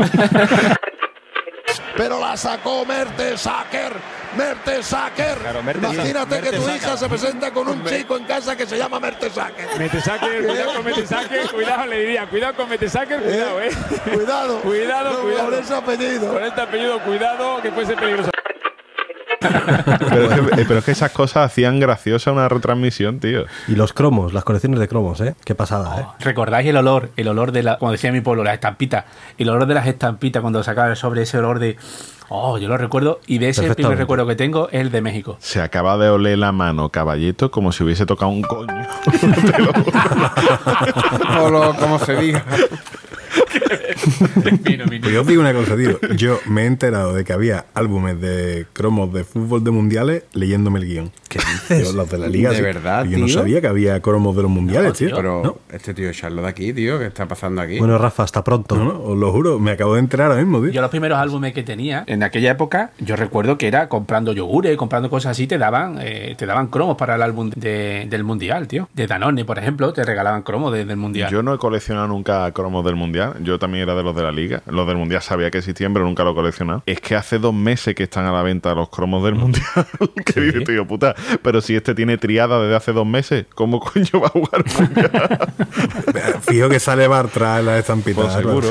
Pero la sacó Mertesacker. Claro, imagínate que tu hija se presenta con un chico en casa que se llama Mertesacker. Cuidado con Mertesacker, cuidado, le diría, cuidado con Mertesacker, cuidado, cuidado. Con ese apellido. Con este apellido, cuidado, que puede ser peligroso. Pero es que esas cosas hacían graciosa una retransmisión, tío. Y los cromos, las colecciones de cromos, qué pasada, ¿Recordáis el olor de la, como decía mi pueblo, las estampitas? El olor de las estampitas cuando sacaba sobre ese olor de... Oh, yo lo recuerdo, y de ese primer recuerdo que tengo es el de México. Se acaba de oler la mano Caballeto como si hubiese tocado un coño. Como se diga. Pues yo os digo una cosa, tío. Yo me he enterado de que había álbumes de cromos de fútbol de mundiales leyéndome el guión. ¿Qué dices? Los de la liga. ¿De sí. verdad, Yo tío? no sabía que había cromos de los mundiales, tío. Pero este tío, echarlo de aquí, tío, ¿qué está pasando aquí? Bueno, Rafa, hasta pronto. No, os lo juro, me acabo de enterar ahora mismo, tío. Yo los primeros álbumes que tenía, en aquella época, yo recuerdo que era comprando yogures, comprando cosas así, te daban cromos para el álbum del Mundial, tío. De Danone, por ejemplo, te regalaban cromos del Mundial. Yo no he coleccionado nunca cromos del Mundial. Yo también era de los de la liga. Los del Mundial sabía que existían, pero nunca lo he coleccionado. Es que hace 2 meses que están a la venta los cromos del Mundial. Que dice, tío, puta, pero si este tiene triada desde hace 2 meses, ¿cómo coño va a jugar Mundial? Fijo que sale Bartra en la estampita. Pues seguro.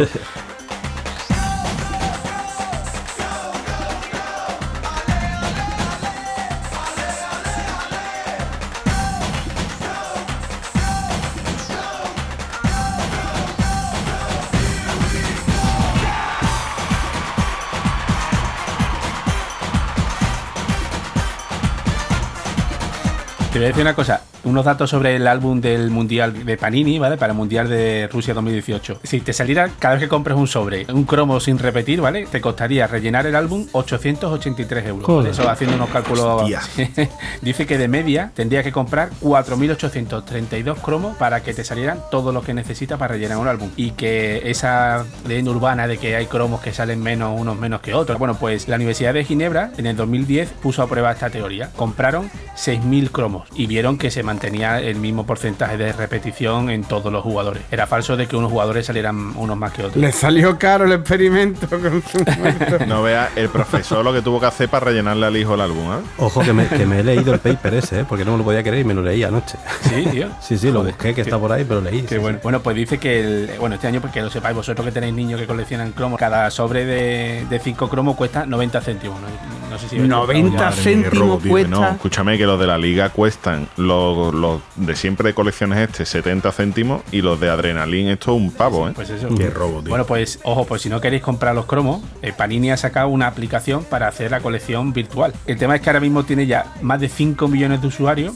Te voy a decir una cosa, unos datos sobre el álbum del Mundial de Panini, ¿vale? Para el Mundial de Rusia 2018. Si te saliera cada vez que compres un sobre, un cromo sin repetir, ¿vale? Te costaría rellenar el álbum 883 euros. ¿Vale? Eso haciendo unos cálculos. Dice que de media tendría que comprar 4.832 cromos para que te salieran todo lo que necesitas para rellenar un álbum. Y que esa leyenda urbana de que hay cromos que salen menos, unos menos que otros. Bueno, pues la Universidad de Ginebra en el 2010 puso a prueba esta teoría. Compraron 6.000 cromos y vieron que se mantenía el mismo porcentaje de repetición en todos los jugadores. Era falso de que unos jugadores salieran unos más que otros. Le salió caro el experimento con su muerto. No veas el profesor lo que tuvo que hacer para rellenarle al hijo el álbum, ¿eh? Ojo que me he leído el paper ese, porque no me lo podía creer y me lo leí anoche. Sí, tío. Sí, lo busqué, que está por ahí, pero lo leí. Qué bueno. Bueno, pues dice que este año, porque lo sepáis vosotros que tenéis niños que coleccionan cromos, cada sobre de 5 cromos cuesta 90 céntimos. No sé si 90 céntimos cuesta. No, escúchame, que los de la liga cuestan los de siempre de colecciones 70 céntimos y los de Adrenalin esto un pavo, Pues eso. Qué robo, tío. Bueno, pues ojo, pues si no queréis comprar los cromos, Panini ha sacado una aplicación para hacer la colección virtual. El tema es que ahora mismo tiene ya más de 5 millones de usuarios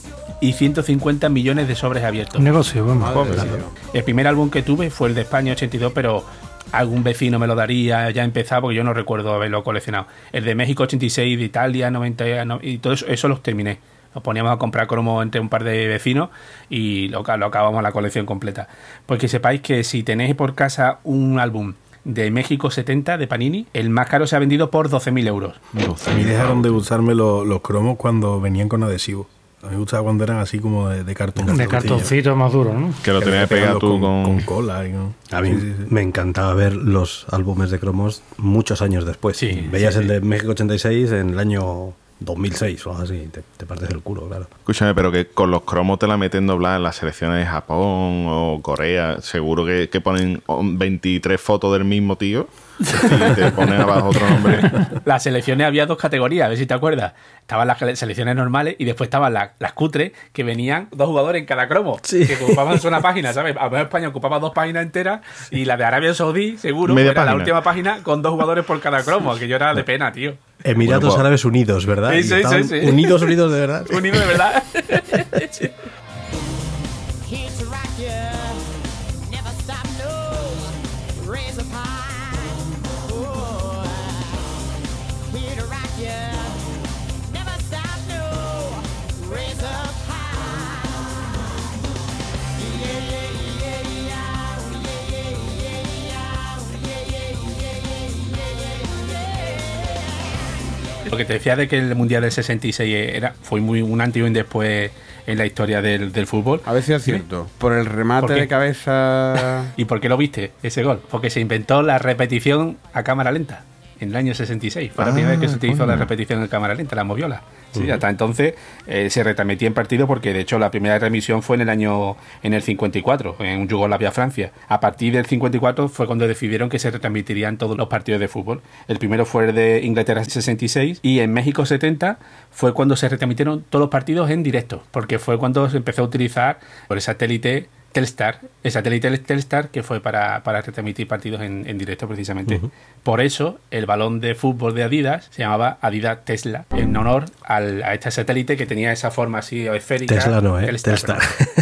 y 150 millones de sobres abiertos. Un negocio, vamos. El primer álbum que tuve fue el de España 82, pero algún vecino me lo daría ya empezado porque yo no recuerdo haberlo coleccionado. El de México 86, de Italia 90 y todo eso los terminé. Nos poníamos a comprar cromos entre un par de vecinos y lo acabamos la colección completa. Pues que sepáis que si tenéis por casa un álbum de México 70 de Panini, el más caro se ha vendido por 12.000 euros. A mí dejaron de gustarme los cromos cuando venían con adhesivo. A mí me gustaba cuando eran así como de cartón. De cartoncito más duro, ¿no? Que lo tenías pegado tú con cola. A mí me encantaba ver los álbumes de cromos muchos años después. Veías el de México 86 en el año 2006 o algo así, te partes el culo, claro. Escúchame, pero que con los cromos te la meten doblada en las selecciones de Japón o Corea, seguro que ponen 23 fotos del mismo tío y te ponen abajo otro nombre. Las selecciones había dos categorías, a ver si te acuerdas. Estaban las selecciones normales y después estaban las cutres, que venían 2 jugadores en cada cromo, que ocupaban una página, ¿sabes? A lo mejor España ocupaba 2 páginas enteras y la de Arabia Saudí, seguro, media era página. la última página con 2 jugadores por cada cromo, que yo era de pena, tío. Emiratos Árabes Unidos, ¿verdad? Sí. Unidos de verdad. Unidos de verdad. Lo que te decía de que el Mundial del 66 fue muy un antes y un después en la historia del fútbol. A ver si es cierto. Por el remate de cabeza... ¿Y por qué lo viste, ese gol? Porque se inventó la repetición a cámara lenta en el año 66. Fue la primera vez que se utilizó la repetición en cámara lenta, la moviola. Sí, hasta entonces se retransmitía en partido porque de hecho la primera transmisión fue en el 54, en Yugoslavia-Francia. A partir del 54 fue cuando decidieron que se retransmitirían todos los partidos de fútbol. El primero fue el de Inglaterra 66 y en México 70 fue cuando se retransmitieron todos los partidos en directo, porque fue cuando se empezó a utilizar por el satélite Telstar, el satélite Telstar, que fue para retransmitir partidos en directo precisamente. Por eso el balón de fútbol de Adidas se llamaba Adidas Tesla, en honor a este satélite que tenía esa forma así esférica. Tesla no, Telstar.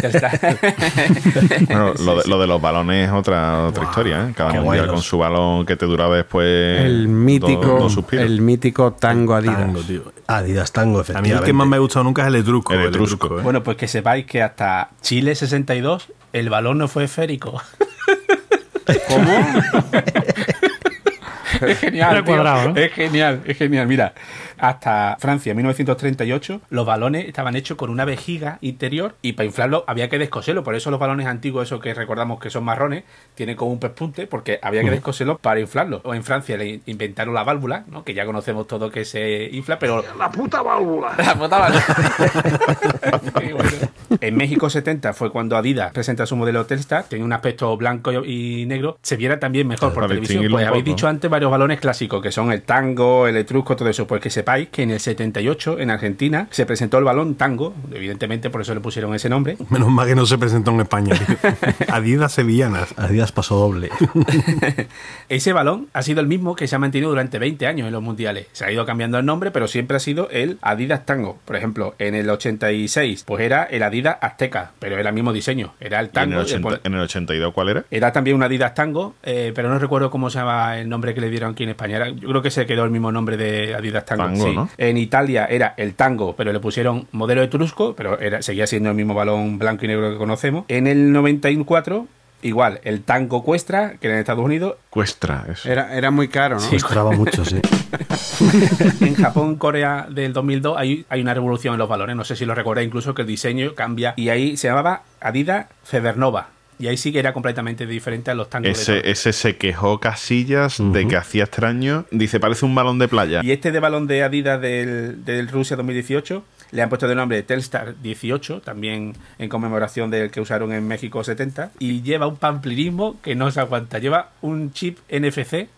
Bueno, lo de los balones es otra historia, ¿eh? Cada mundial con su balón que te duraba después el mítico, dos suspiros. El mítico Tango Adidas. Tango, tío. Adidas Tango, efectivamente. A mí el que más me ha gustado nunca es el Etrusco. El Etrusco, Bueno, pues que sepáis que hasta Chile 62 el balón no fue esférico. ¿Cómo? Es genial, tío. Cuadrado, ¿no? Es genial. Mira, hasta Francia, 1938, los balones estaban hechos con una vejiga interior y para inflarlo había que descoserlo. Por eso los balones antiguos, esos que recordamos que son marrones, tienen como un pespunte porque había que descoserlo para inflarlo. O en Francia le inventaron la válvula, ¿no? Que ya conocemos todo que se infla, pero... La puta válvula. La puta válvula. Bueno. En México 70 fue cuando Adidas presenta su modelo Telstar, tenía un aspecto blanco y negro, se viera también mejor por televisión. Pues habéis dicho antes varios balones clásicos, que son el Tango, el Etrusco, todo eso. Pues que sepáis que en el 78, en Argentina, se presentó el balón Tango, evidentemente por eso le pusieron ese nombre. Menos mal que no se presentó en España. Adidas sevillanas. Adidas paso doble. Ese balón ha sido el mismo que se ha mantenido durante 20 años en los mundiales. Se ha ido cambiando el nombre, pero siempre ha sido el Adidas Tango. Por ejemplo, en el 86, pues era el Adidas Azteca, pero era el mismo diseño. Era el Tango. ¿En el 82 cuál era? Era también un Adidas Tango, pero no recuerdo cómo se llama el nombre que le dieron aquí en España. Yo creo que se quedó el mismo nombre de Adidas Tango. Tango, sí. ¿no? En Italia era el Tango, pero le pusieron modelo Etrusco, pero seguía siendo el mismo balón blanco y negro que conocemos. En el 94... igual, el Tango Cuestra, que era en Estados Unidos. Cuestra, eso. Era muy caro, ¿no? Sí, costaba mucho, sí. En Japón, Corea del 2002 hay una revolución en los balones. No sé si lo recordáis, incluso que el diseño cambia. Y ahí se llamaba Adidas Federnova. Y ahí sí que era completamente diferente a los tangos. Ese se quejó Casillas de que hacía extraño. Dice, parece un balón de playa. Y este de balón de Adidas del Rusia 2018 le han puesto de nombre Telstar 18, también en conmemoración del que usaron en México 70. Y lleva un pamplinismo que no se aguanta. Lleva un chip NFC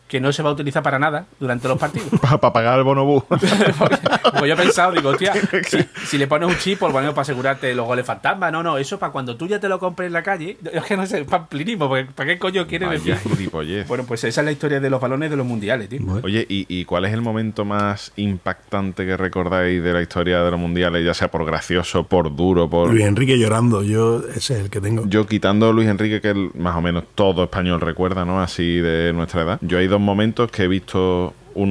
que no se va a utilizar para nada durante los partidos. Para pagar el bonobús. Como yo he pensado, digo, hostia, si le pones un chip, por lo menos para asegurarte los goles fantasma, no, eso para cuando tú ya te lo compres en la calle, es que no sé, pamplinismo, porque ¿para qué coño quieres decir? Bueno, pues esa es la historia de los balones de los mundiales, tío. Oye, ¿y cuál es el momento más impactante que recordáis de la historia de los mundiales, ya sea por gracioso, por duro, por... Luis Enrique llorando, ese es el que tengo. Yo quitando a Luis Enrique, que más o menos todo español recuerda, ¿no? Así de nuestra edad. Yo hay dos momentos que he visto,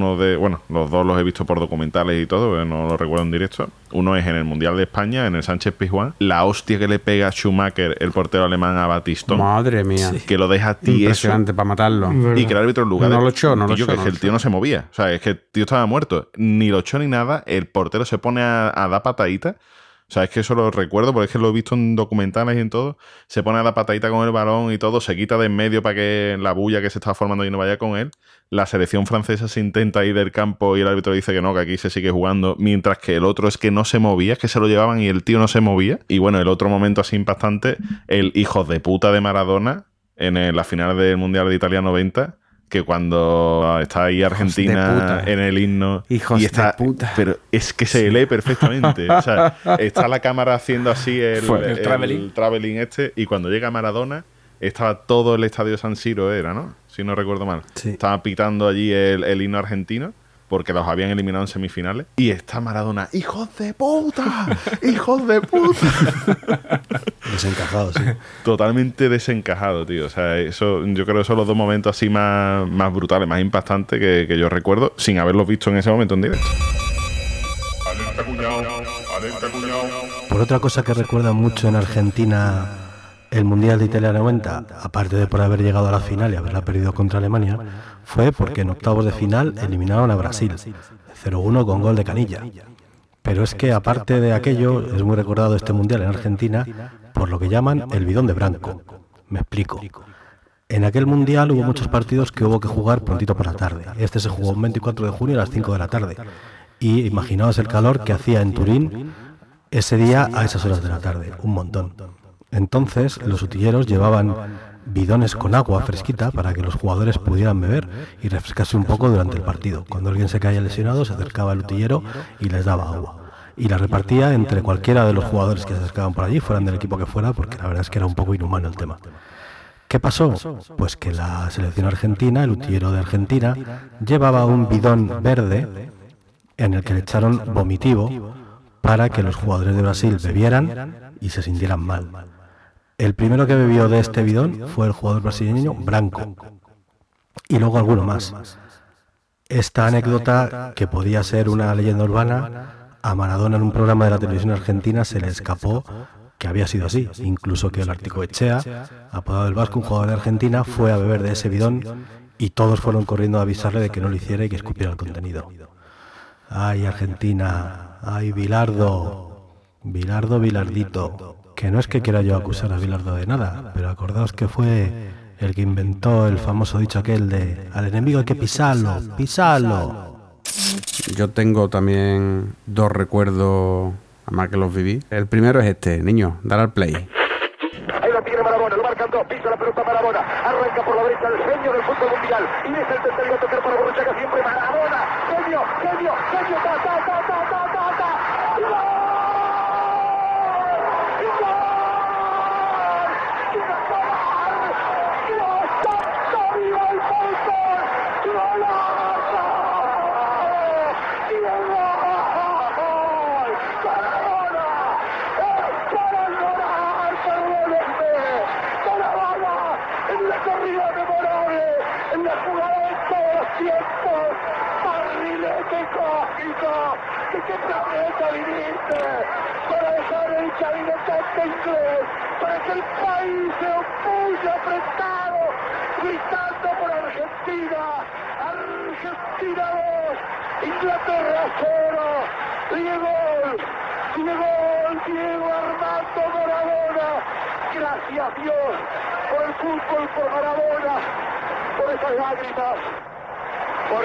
los dos los he visto por documentales y todo, no lo recuerdo en directo. Uno es en el Mundial de España, en el Sánchez Pizjuán, la hostia que le pega a Schumacher, el portero alemán, a Batistón. Madre mía. Que lo deja tieso. Impresionante para matarlo. Y que el árbitro en lugar no lo echó. El tío no se movía. O sea, es que el tío estaba muerto. Ni lo echó ni nada. El portero se pone a dar pataditas. O sea, es que eso lo recuerdo porque es que lo he visto en documentales y en todo. Se pone a la patadita con el balón y todo, se quita de en medio para que la bulla que se estaba formando y no vaya con él. La selección francesa se intenta ir del campo y el árbitro dice que no, que aquí se sigue jugando, mientras que el otro es que no se movía, es que se lo llevaban y el tío no se movía. Y bueno, el otro momento así impactante, el hijo de puta de Maradona en la final del Mundial de Italia 90, que cuando está ahí Argentina en el himno hijos y está, de puta, pero es que se lee perfectamente. O sea, está la cámara haciendo así el traveling y cuando llega Maradona estaba todo el estadio San Siro, ¿no? Si no recuerdo mal. Sí. Estaba pitando allí el himno argentino porque los habían eliminado en semifinales. Y está Maradona, ¡hijos de puta! ¡Hijos de puta! Desencajado, sí. Totalmente desencajado, tío. O sea, eso, yo creo que son los dos momentos así más brutales, más impactantes que yo recuerdo, sin haberlos visto en ese momento en directo. Alerta cuñado, alerta cuñado. Por otra cosa que recuerda mucho en Argentina el Mundial de Italia 90, aparte de por haber llegado a la final y haberla perdido contra Alemania, fue porque en octavos de final eliminaron a Brasil, 0-1 con gol de Canilla. Pero es que aparte de aquello, es muy recordado este Mundial en Argentina por lo que llaman el bidón de Branco. Me explico. En aquel Mundial hubo muchos partidos que hubo que jugar prontito por la tarde. Este se jugó el 24 de junio a las 5 de la tarde. Y imaginaos el calor que hacía en Turín ese día a esas horas de la tarde, un montón. Entonces los utilleros llevaban bidones con agua fresquita para que los jugadores pudieran beber y refrescarse un poco durante el partido. Cuando alguien se caía lesionado se acercaba al utillero y les daba agua. Y la repartía entre cualquiera de los jugadores que se acercaban por allí, fueran del equipo que fuera, porque la verdad es que era un poco inhumano el tema. ¿Qué pasó? Pues que la selección argentina, el utillero de Argentina, llevaba un bidón verde en el que le echaron vomitivo para que los jugadores de Brasil bebieran y se sintieran mal. El primero que bebió de este bidón fue el jugador brasileño Branco y luego alguno más. Esta anécdota, que podía ser una leyenda urbana, a Maradona en un programa de la televisión argentina se le escapó que había sido así, incluso que el Articoechea, apodado el Vasco, un jugador de Argentina, fue a beber de ese bidón y todos fueron corriendo a avisarle de que no lo hiciera y que escupiera el contenido. ¡Ay, Argentina! ¡Ay, Bilardo! Bilardito. Que no es que quiera yo acusar a Bilardo de nada, pero acordaos que fue el que inventó el famoso dicho aquel de al enemigo hay que pisarlo, pisarlo. Yo tengo también dos recuerdos, además que los viví. El primero es este, niño, dar al play. Ahí lo tiene Maradona, lo marcan dos, pisa la pelota Maradona, arranca por la derecha el genio del fútbol mundial y deja el tercero a tocar para Borruchaga siempre Maradona, genio, ¿qué planeta viniste? Para dejar el cabinetante inglés, para que el país se opulle apretado, gritando por Argentina. Argentina 2, Inglaterra 0. Diego Armando Maradona. Gracias Dios por el fútbol, por Maradona, por esas lágrimas, por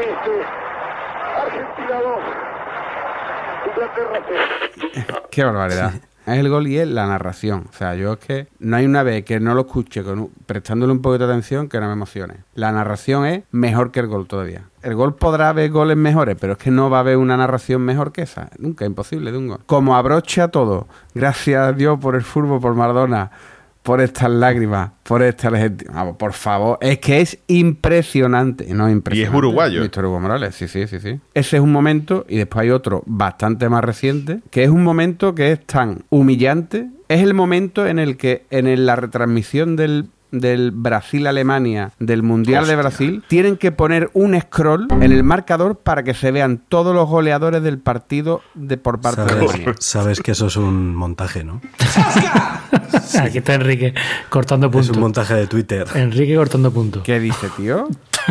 Argentina 2. Qué barbaridad. Es el gol y es la narración. O sea, yo es que no hay una vez que no lo escuche prestándole un poquito de atención que no me emocione. La narración es mejor que el gol todavía. El gol podrá haber goles mejores, pero es que no va a haber una narración mejor que esa. Nunca, imposible de un gol. Como abrocha todo. Gracias a Dios por el fútbol, por Maradona, por estas lágrimas, por esta Argentina. Vamos, por favor, es que es impresionante. No, impresionante. Y es uruguayo. Víctor Hugo Morales, sí. Ese es un momento, y después hay otro bastante más reciente, que es un momento que es tan humillante. Es el momento en el que en la retransmisión del Brasil-Alemania, del Mundial de Brasil, tienen que poner un scroll en el marcador para que se vean todos los goleadores del partido por parte de Alemania. Sabes que eso es un montaje, ¿no? Aquí está Enrique cortando puntos. Es un montaje de Twitter. Enrique cortando puntos. ¿Qué dice, tío?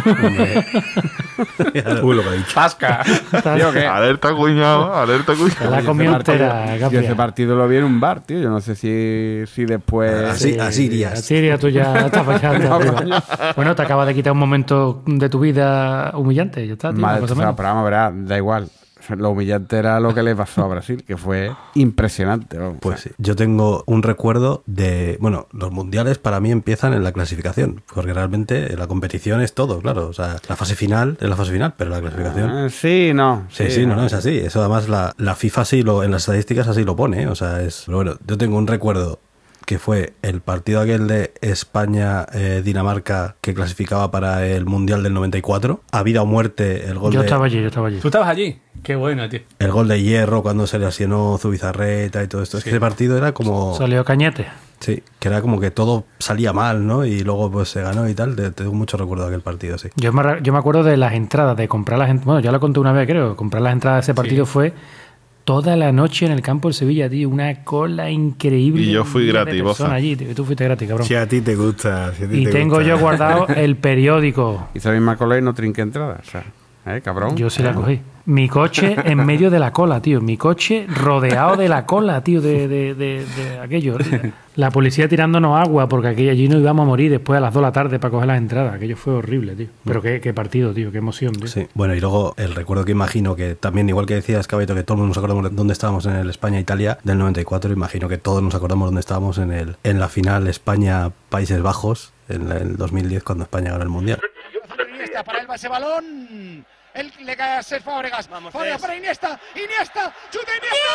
Uy, lo que ha dicho. ¡Pasca! Tío, ¿qué? Alerta, cuñado, alerta, cuñado. Se la comió entera, Yo ese partido lo vi en un bar, tío. Yo no sé si después... Así irías. Así irías tú ya. Bueno, te acabas de quitar un momento de tu vida humillante. Ya está, tío. Madre, pero vamos, verá, da igual. Lo humillante era lo que le pasó a Brasil, que fue impresionante. ¿No? Pues sí. Yo tengo un recuerdo de... Bueno, los mundiales para mí empiezan en la clasificación, porque realmente la competición es todo, claro. O sea, la fase final es la fase final, pero la clasificación... Sí, no. Sí, no, es así. Eso además la FIFA así en las estadísticas así lo pone, ¿eh? O sea, es... Pero bueno, yo tengo un recuerdo que fue el partido aquel de España-Dinamarca que clasificaba para el Mundial del 94, a vida o muerte el gol Yo estaba allí. ¿Tú estabas allí? Qué bueno, tío. El gol de Hierro cuando se lesionó Zubizarreta y todo esto. Es que ese partido era como... Salió Cañete. Sí, que era como que todo salía mal, ¿no? Y luego pues se ganó y tal. Tengo mucho recuerdo de aquel partido, sí. Yo me acuerdo de las entradas, de comprar las entradas. Bueno, ya lo conté una vez, creo. Comprar las entradas de ese partido fue... Toda la noche en el campo del Sevilla, tío. Una cola increíble. Y yo fui gratis, vos. Allí, tío. Tú fuiste gratis, cabrón. Si a ti te gusta. Y tengo yo guardado el periódico. Y esa misma cola y no trinqué entrada. O sea, cabrón. Yo sí la cogí. Mi coche en medio de la cola, tío. Mi coche rodeado de la cola, tío, de aquello. La policía tirándonos agua porque allí nos íbamos a morir después a las 2 de la tarde para coger las entradas. Aquello fue horrible, tío. Pero qué partido, tío. Qué emoción, tío. Sí. Bueno, y luego el recuerdo que imagino que también, igual que decías, Caballito, que todos nos acordamos de dónde estábamos en el España-Italia del 94. Imagino que todos nos acordamos dónde estábamos en la final España-Países Bajos en el 2010 cuando España ganó el Mundial. Para él va ese balón. Él le cae a Cesc Fábregas. Fábregas para Iniesta. Iniesta. Chuta Iniesta.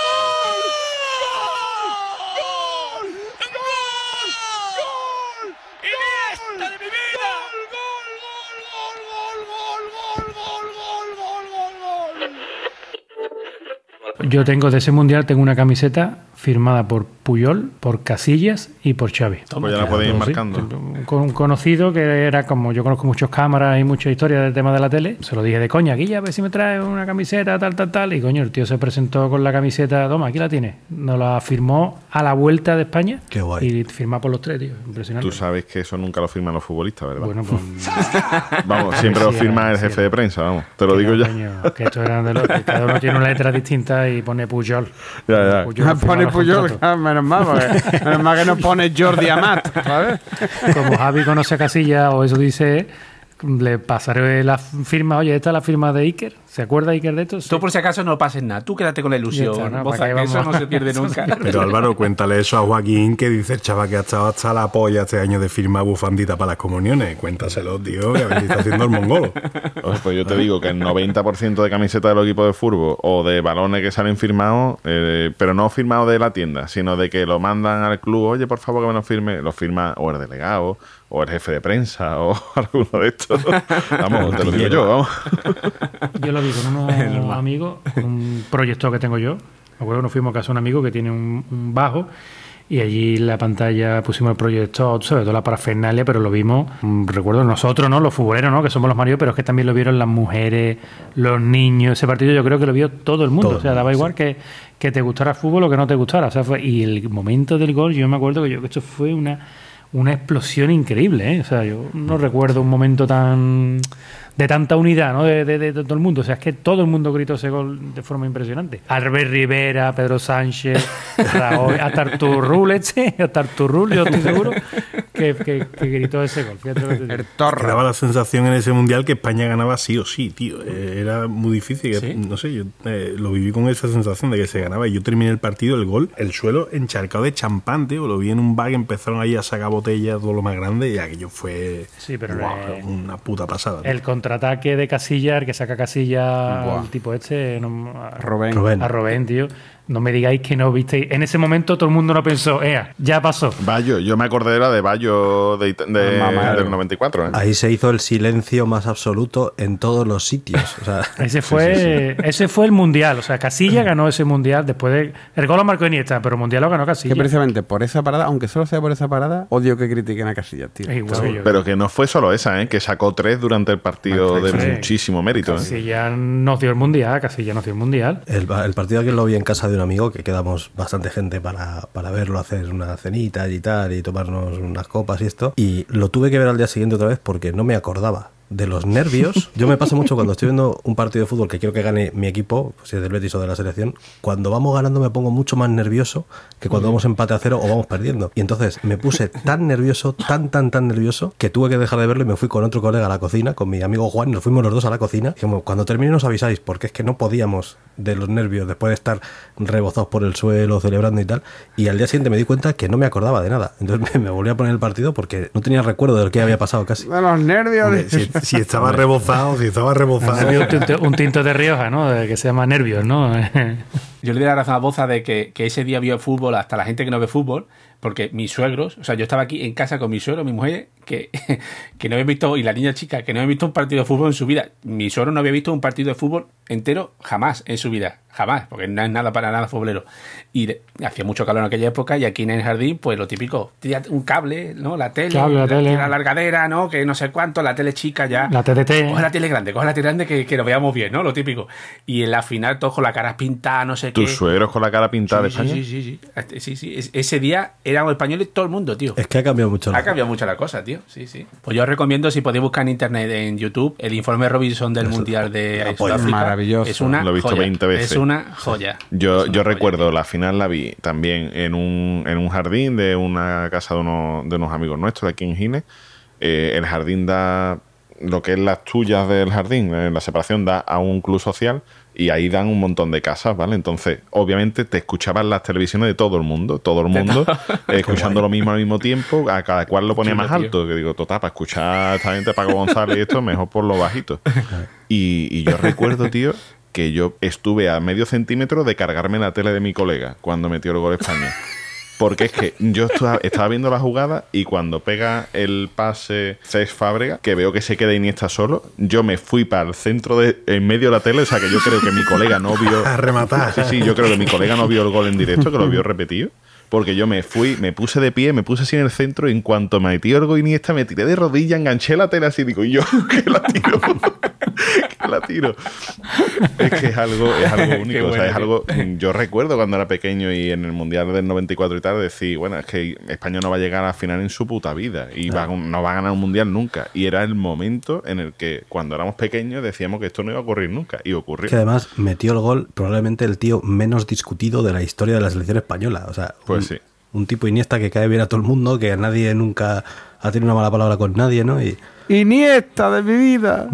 ¡Gol! ¡Gol! ¡Gol! ¡Gol! ¡Iniesta de mi vida! ¡Gol! Yo tengo de ese mundial tengo una camiseta firmada por Puyol, por Casillas y por Xavi. Pues ya la podéis ir marcando. Con un conocido que era como yo conozco muchas cámaras y muchas historias del tema de la tele. Se lo dije de coña, Guilla, a ver si me trae una camiseta, tal. Y coño, el tío se presentó con la camiseta, toma, aquí la tienes. Nos la firmó a la vuelta de España. Qué guay. Y firma por los tres, tío. Impresionante. Tú sabes que eso nunca lo firman los futbolistas, ¿verdad? Bueno, pues... Vamos, siempre lo firma el jefe de prensa, vamos. Te lo digo ya. Coño, que esto eran de los... que cada uno tiene una letra distinta y pone Puyol. Ya. Pone Puyol, menos mal que no pone Jordi Amat, ¿sabes? Como Javi conoce a Casillas, o eso dice, le pasaré la firma. Oye, esta es la firma de Iker. ¿Se acuerda Iker de esto? Sí. Tú por si acaso no pases nada. Tú quédate con la ilusión. Está, ¿no? Boza, que eso no se pierde nunca. Pero Álvaro, cuéntale eso a Joaquín, que dice el chaval que ha estado hasta la polla este año de firmar bufandita para las comuniones. Cuéntaselo, tío, que a ver si está haciendo el mongolo. Oye, pues yo te digo que el 90% de camisetas de los equipos de fútbol o de balones que salen firmados, pero no firmados de la tienda, sino de que lo mandan al club, oye, por favor que me lo firme, lo firma o el delegado o el jefe de prensa o alguno de estos. Vamos, te lo digo yo, vamos. Yo lo vi con unos amigos, con un proyecto que tengo yo. Me acuerdo que nos fuimos a casa de un amigo que tiene un bajo y allí en la pantalla pusimos el proyector, ¿sabes? Toda la parafernalia, pero lo vimos, recuerdo nosotros, ¿no? Los futboleros, ¿no? Que somos los maridos, pero es que también lo vieron las mujeres, los niños. Ese partido yo creo que lo vio todo el mundo. O sea, daba igual que te gustara el fútbol o que no te gustara. O sea, y el momento del gol, yo me acuerdo que esto fue una explosión increíble, ¿eh? O sea, yo no recuerdo un momento de tanta unidad, ¿no? De todo el mundo. O sea, es que todo el mundo gritó ese gol de forma impresionante. Albert Rivera, Pedro Sánchez, Raúl, hasta Artur Rul, yo estoy seguro que gritó ese gol. Fíjate lo que te digo. El Torra. Daba la sensación en ese mundial que España ganaba sí o sí, tío. Era muy difícil. ¿Sí? No sé, yo lo viví con esa sensación de que se ganaba. Y yo terminé el partido, el gol, el suelo encharcado de champán, tío. Lo vi en un bar, empezaron ahí a sacar botellas, todo lo más grande, y aquello fue Sí, pero una puta pasada. Tío. el contraataque de Casillas, el que saca Casillas Buah. al tipo este, Rubén. a Robén, tío. No me digáis que no visteis. En ese momento todo el mundo no pensó, ya pasó. Bayo, yo me acordé de la de Bayo del 94. ¿eh? Ahí se hizo el silencio más absoluto en todos los sitios. O sea, Ese fue el mundial. O sea, Casillas ganó ese mundial después de. El gol lo marcó Iniesta, pero el mundial lo ganó Que Casillas. precisamente por esa parada, aunque solo sea por esa parada, odio que critiquen a Casillas, tío. Es igual que yo. Pero que no fue solo esa, que sacó 3 durante el partido de Sí. muchísimo mérito. Casillas nos dio el mundial. el partido que lo vi en casa de un amigo, que quedamos bastante gente para verlo, hacer una cenita y tal, y tomarnos unas copas y esto. Y lo tuve que ver al día siguiente otra vez porque no me acordaba de los nervios. Yo me pasa mucho cuando estoy viendo un partido de fútbol que quiero que gane mi equipo, si es del Betis o de la selección. Cuando vamos ganando me pongo mucho más nervioso que cuando vamos empate a 0 o vamos perdiendo. Y entonces me puse tan nervioso, tan nervioso, que tuve que dejar de verlo y me fui con otro colega a la cocina, con mi amigo Juan. Nos fuimos los dos a la cocina. Dijimos, cuando termine nos avisáis, porque es que no podíamos de los nervios después de estar rebozados por el suelo, celebrando y tal. Y al día siguiente me di cuenta que no me acordaba de nada. Entonces me volví a poner el partido porque no tenía recuerdo de lo que había pasado casi. De los nervios. Hombre, si estaba rebozado, Un tinto de Rioja, ¿no? Que se llama nervios, ¿no? Yo le di la razón a Boza de que ese día vio fútbol hasta la gente que no ve fútbol, porque mis suegros, o sea, yo estaba aquí en casa con mi suegro, mi mujer, que no había visto, y la niña chica, que no había visto un partido de fútbol en su vida. Mi suegro no había visto un partido de fútbol entero jamás en su vida, jamás, porque no es nada para nada futbolero. Y hacía mucho calor en aquella época, y aquí en el jardín, pues lo típico, tira un cable, ¿no? La tele, la largadera, ¿no? Que no sé cuánto, la tele chica ya. La TDT. Coge la tele grande que lo veamos bien, ¿no? Lo típico. Y en la final todos con la cara pintada, no sé qué. ¿Tus suegros con la cara pintada de España? Sí. Ese día éramos españoles todo el mundo, tío. Es que ha cambiado mucho Ha cambiado mucho la cosa, tío. Sí. Pues yo os recomiendo, si podéis buscar en internet, en YouTube, el informe Robinson del Mundial de Sudáfrica. Maravilloso. Es una Lo he visto joya. 20 veces. Es una joya. Yo recuerdo, la final la vi también en un jardín de una casa de unos amigos nuestros aquí en Gines. El jardín da lo que es las tuyas del jardín, la separación da a un club social y ahí dan un montón de casas, ¿vale? Entonces, obviamente, te escuchaban las televisiones de todo el mundo escuchando lo mismo al mismo tiempo, a cada cual lo ponía más alto. Que digo, total, para escuchar a esta gente, Paco González y esto, mejor por lo bajito. Y yo recuerdo, tío, que yo estuve a medio centímetro de cargarme la tele de mi colega cuando metió el gol España. Porque es que yo estaba viendo la jugada y cuando pega el pase Cesc Fábregas, que veo que se queda Iniesta solo, yo me fui para el centro en medio de la tele, o sea que yo creo que mi colega no vio... A rematar. Sí, yo creo que mi colega no vio el gol en directo, que lo vio repetido. Porque yo me puse de pie, me puse así en el centro y en cuanto me metió el gol Iniesta me tiré de rodilla, enganché la tele así y digo, yo que la tiro. Que la tiro. Es que es algo único. Bueno, o sea, es algo. Yo recuerdo cuando era pequeño y en el Mundial del 94 y tal, decir, bueno, es que España no va a llegar a la final en su puta vida y no va a ganar un Mundial nunca. Y era el momento en el que cuando éramos pequeños decíamos que esto no iba a ocurrir nunca. Y ocurrió. Que además metió el gol probablemente el tío menos discutido de la historia de la selección española. O sea, pues sí. Un tipo Iniesta que cae bien a todo el mundo, que nadie nunca ha tenido una mala palabra con nadie, ¿no? Iniesta de mi vida.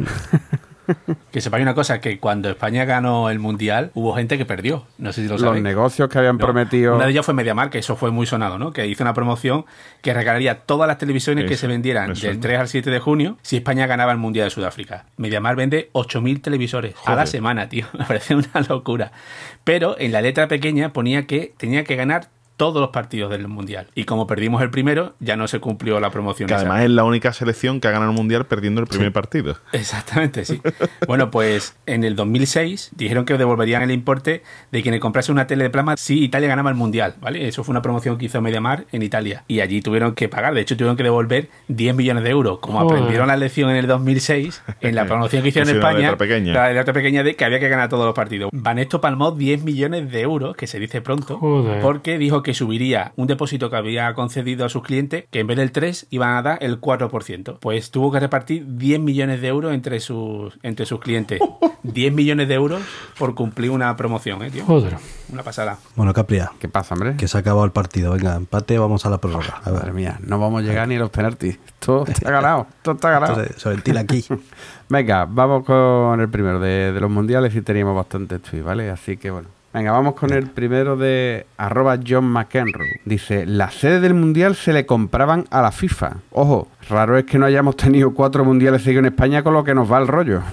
Que sepáis una cosa, que cuando España ganó el Mundial hubo gente que perdió, no sé si lo sabéis. Los negocios que habían prometido. Una de ellas fue MediaMarkt, que eso fue muy sonado, ¿no? Que hizo una promoción que regalaría todas las televisiones que se vendieran del 3 al 7 de junio si España ganaba el Mundial de Sudáfrica. MediaMarkt vende 8.000 televisores a la semana, tío. Me parece una locura. Pero en la letra pequeña ponía que tenía que ganar todos los partidos del Mundial. Y como perdimos el primero, ya no se cumplió la promoción. Que además es la única selección que ha ganado el Mundial perdiendo el primer partido. Exactamente, sí. Bueno, pues en el 2006 dijeron que devolverían el importe de quien le comprase una tele de plasma si Italia ganaba el Mundial, ¿vale? Eso fue una promoción que hizo MediaMarkt en Italia. Y allí tuvieron que pagar, de hecho tuvieron que devolver 10 millones de euros. Como aprendieron la lección en el 2006, en la promoción que hicieron en España, la letra pequeña de que había que ganar todos los partidos. Banesto palmó 10 millones de euros, que se dice pronto, porque dijo que que subiría un depósito que había concedido a sus clientes, que en vez del 3 iban a dar el 4%. Pues tuvo que repartir 10 millones de euros entre sus clientes. 10 millones de euros por cumplir una promoción, tío. Joder. Una pasada. Bueno, Capria. ¿Qué pasa, hombre? Que se ha acabado el partido. Venga, empate, vamos a la prórroga. A ver. Madre mía, no vamos a llegar ni a los penaltis. Esto está ganado. Esto está ganado. Esto se ventila aquí. Venga, vamos con el primero de los mundiales y teníamos bastante tweets, ¿vale? Así que bueno. Venga, vamos con el primero de @John McEnroe. Dice, la sede del mundial se le compraban a la FIFA. Ojo, raro es que no hayamos tenido 4 mundiales seguidos en España, con lo que nos va el rollo.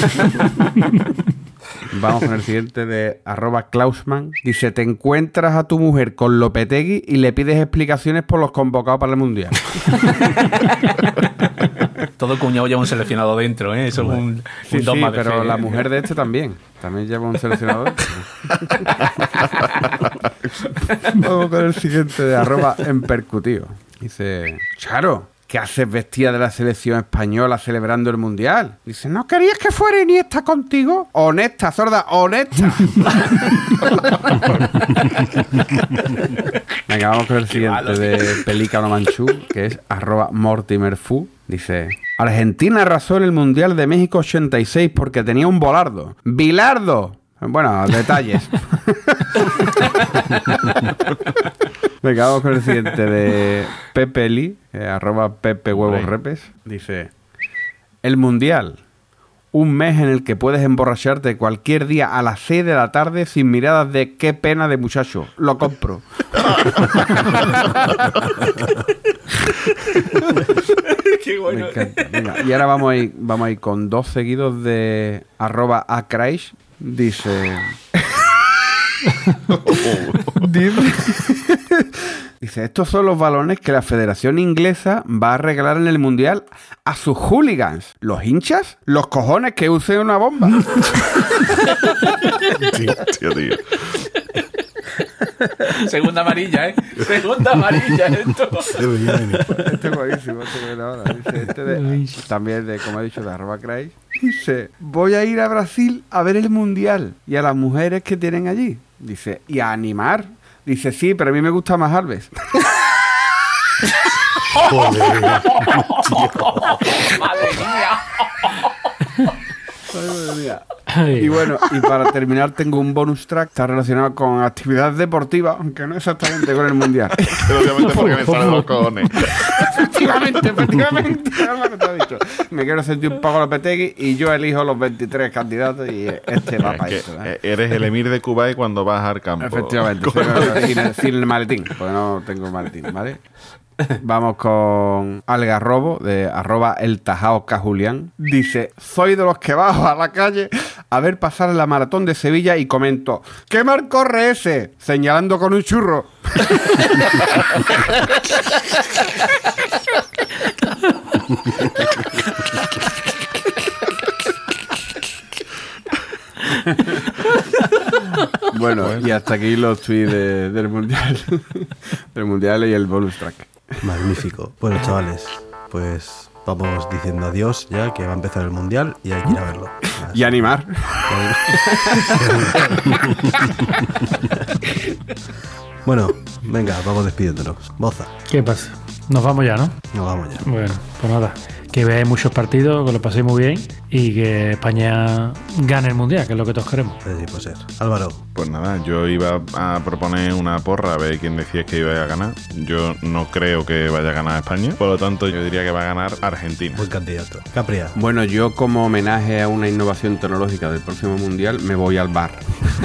Vamos con el siguiente de @Klausman. Dice, te encuentras a tu mujer con Lopetegui y le pides explicaciones por los convocados para el mundial. Todo cuñado lleva un seleccionado dentro, ¿eh? Eso es un dogma de pero fe, la mujer de este también lleva un seleccionador. Vamos con el siguiente de @Empercutivo. Dice, Charo, ¿qué haces vestida de la selección española celebrando el mundial? Dice, ¿no querías que fuera Iniesta contigo? Honesta, sorda, honesta. Venga, vamos con el siguiente de Pelícano Manchú, que es @MortimerFu. Dice, Argentina arrasó en el Mundial de México 86 porque tenía un volardo. ¡Bilardo! Bueno, detalles. Venga, vamos con el siguiente de Pepe Lee, @PepeHuevosRepes. Dice, el Mundial, un mes en el que puedes emborracharte cualquier día a las 6 de la tarde sin miradas de qué pena de muchacho. Lo compro. Qué bueno. Me encanta. Venga, y ahora vamos a ir con 2 seguidos de @Acraish. Dice... Dice, estos son los balones que la Federación Inglesa va a regalar en el Mundial a sus hooligans. ¿Los hinchas? ¿Los cojones que usen una bomba? tío. Segunda amarilla, ¿eh? Segunda amarilla esto. Este es buenísimo. Dice, también de, como he dicho, de @Craig. Dice, voy a ir a Brasil a ver el Mundial y a las mujeres que tienen allí. Dice, ¿y a animar? Dice, sí, pero a mí me gusta más Alves. Joder. Madre mía. Madre mía. Y bueno, y para terminar tengo un bonus track, está relacionado con actividad deportiva, aunque no exactamente con el mundial. Pero obviamente porque me salen los cojones. Efectivamente, algo que te he dicho. Me quiero sentir un poco a Lopetegui y yo elijo los 23 candidatos y este va para eso. Eres el emir de Kuwait cuando vas al campo. Efectivamente, sin el maletín, porque no tengo maletín, ¿vale? Vamos con Algarrobo de @eltajaocajulián. Dice, soy de los que bajo a la calle a ver pasar la maratón de Sevilla y comento, ¿qué mal corre ese? Señalando con un churro. Bueno, y hasta aquí los tweets del mundial. Del mundial y el bonus track. Magnífico. Bueno, chavales, pues vamos diciendo adiós ya, que va a empezar el mundial y hay que ir a verlo. Y animar. Bueno, venga, vamos despidiéndonos. Boza. ¿Qué pasa? Nos vamos ya, ¿no? Nos vamos ya. Bueno, pues nada. Que veáis muchos partidos, que lo paséis muy bien y que España gane el mundial, que es lo que todos queremos. Sí, puede ser. Álvaro. Pues nada, yo iba a proponer una porra a ver quién decía que iba a ganar. Yo no creo que vaya a ganar España, por lo tanto yo diría que va a ganar Argentina. Buen candidato. Capria. Bueno, yo como homenaje a una innovación tecnológica del próximo mundial me voy al bar.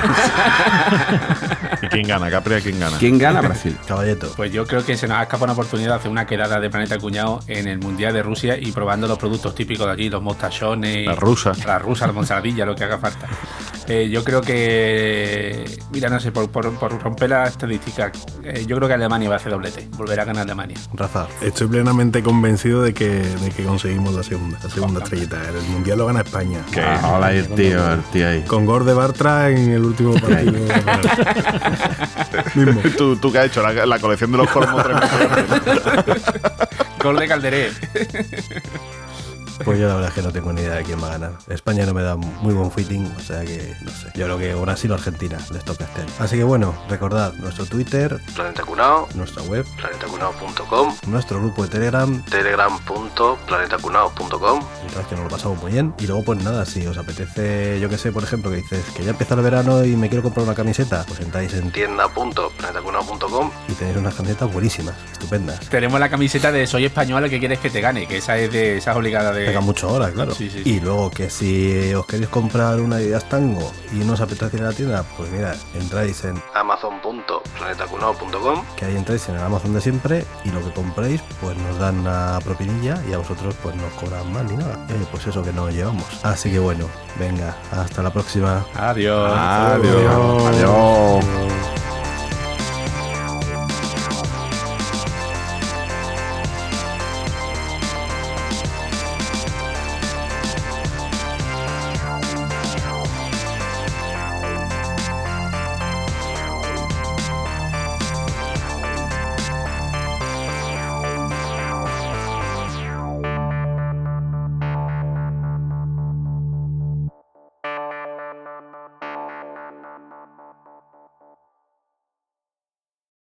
¿Y quién gana, Capria? ¿Quién gana? ¿Quién gana? Brasil. Caballeto. Pues yo creo que se nos ha escapado una oportunidad de hacer una quedada de Planeta Cuñado en el Mundial de Rusia y probando los productos típicos de allí, los mostachones, la rusa, la mozzarella, lo que haga falta. Yo creo que, mira, no sé, por romper la estadística, yo creo que Alemania va a hacer doblete, volverá a ganar Alemania. Rafa. Estoy plenamente convencido de que conseguimos la segunda estrellita. El mundial lo gana España. Hola, el tío ahí. Con gol de Bartra en el último partido. Mismo. ¿Tú qué has hecho? La colección de los colmos 3 metros. Gol de Calderé. Pues yo la verdad es que no tengo ni idea de quién va a ganar. España no me da muy buen feeling, o sea que no sé. Yo creo que Brasil o Argentina les toca este año. Así que bueno, recordad nuestro Twitter, Planeta Cunao, nuestra web, planetacunao.com, nuestro grupo de Telegram, telegram.planetacunao.com. Entonces que nos lo pasamos muy bien. Y luego pues nada, si os apetece, yo que sé, por ejemplo, que dices que ya empieza el verano y me quiero comprar una camiseta, pues entráis en tienda.planetacunao.com y tenéis unas camisetas buenísimas, estupendas. Tenemos la camiseta de Soy español, ¿qué quieres que te gane? Que esa es obligada de... Pega mucho ahora, claro. Sí. Y luego que si os queréis comprar una Adidas Tango y no os apetece ir a la tienda, pues mira, entráis en amazon.planetacunao.com, que ahí entráis en el Amazon de siempre y lo que compréis pues nos dan una propinilla y a vosotros pues no os cobran más ni nada. Pues eso que nos llevamos. Así que bueno, venga, hasta la próxima. Adiós. Adiós.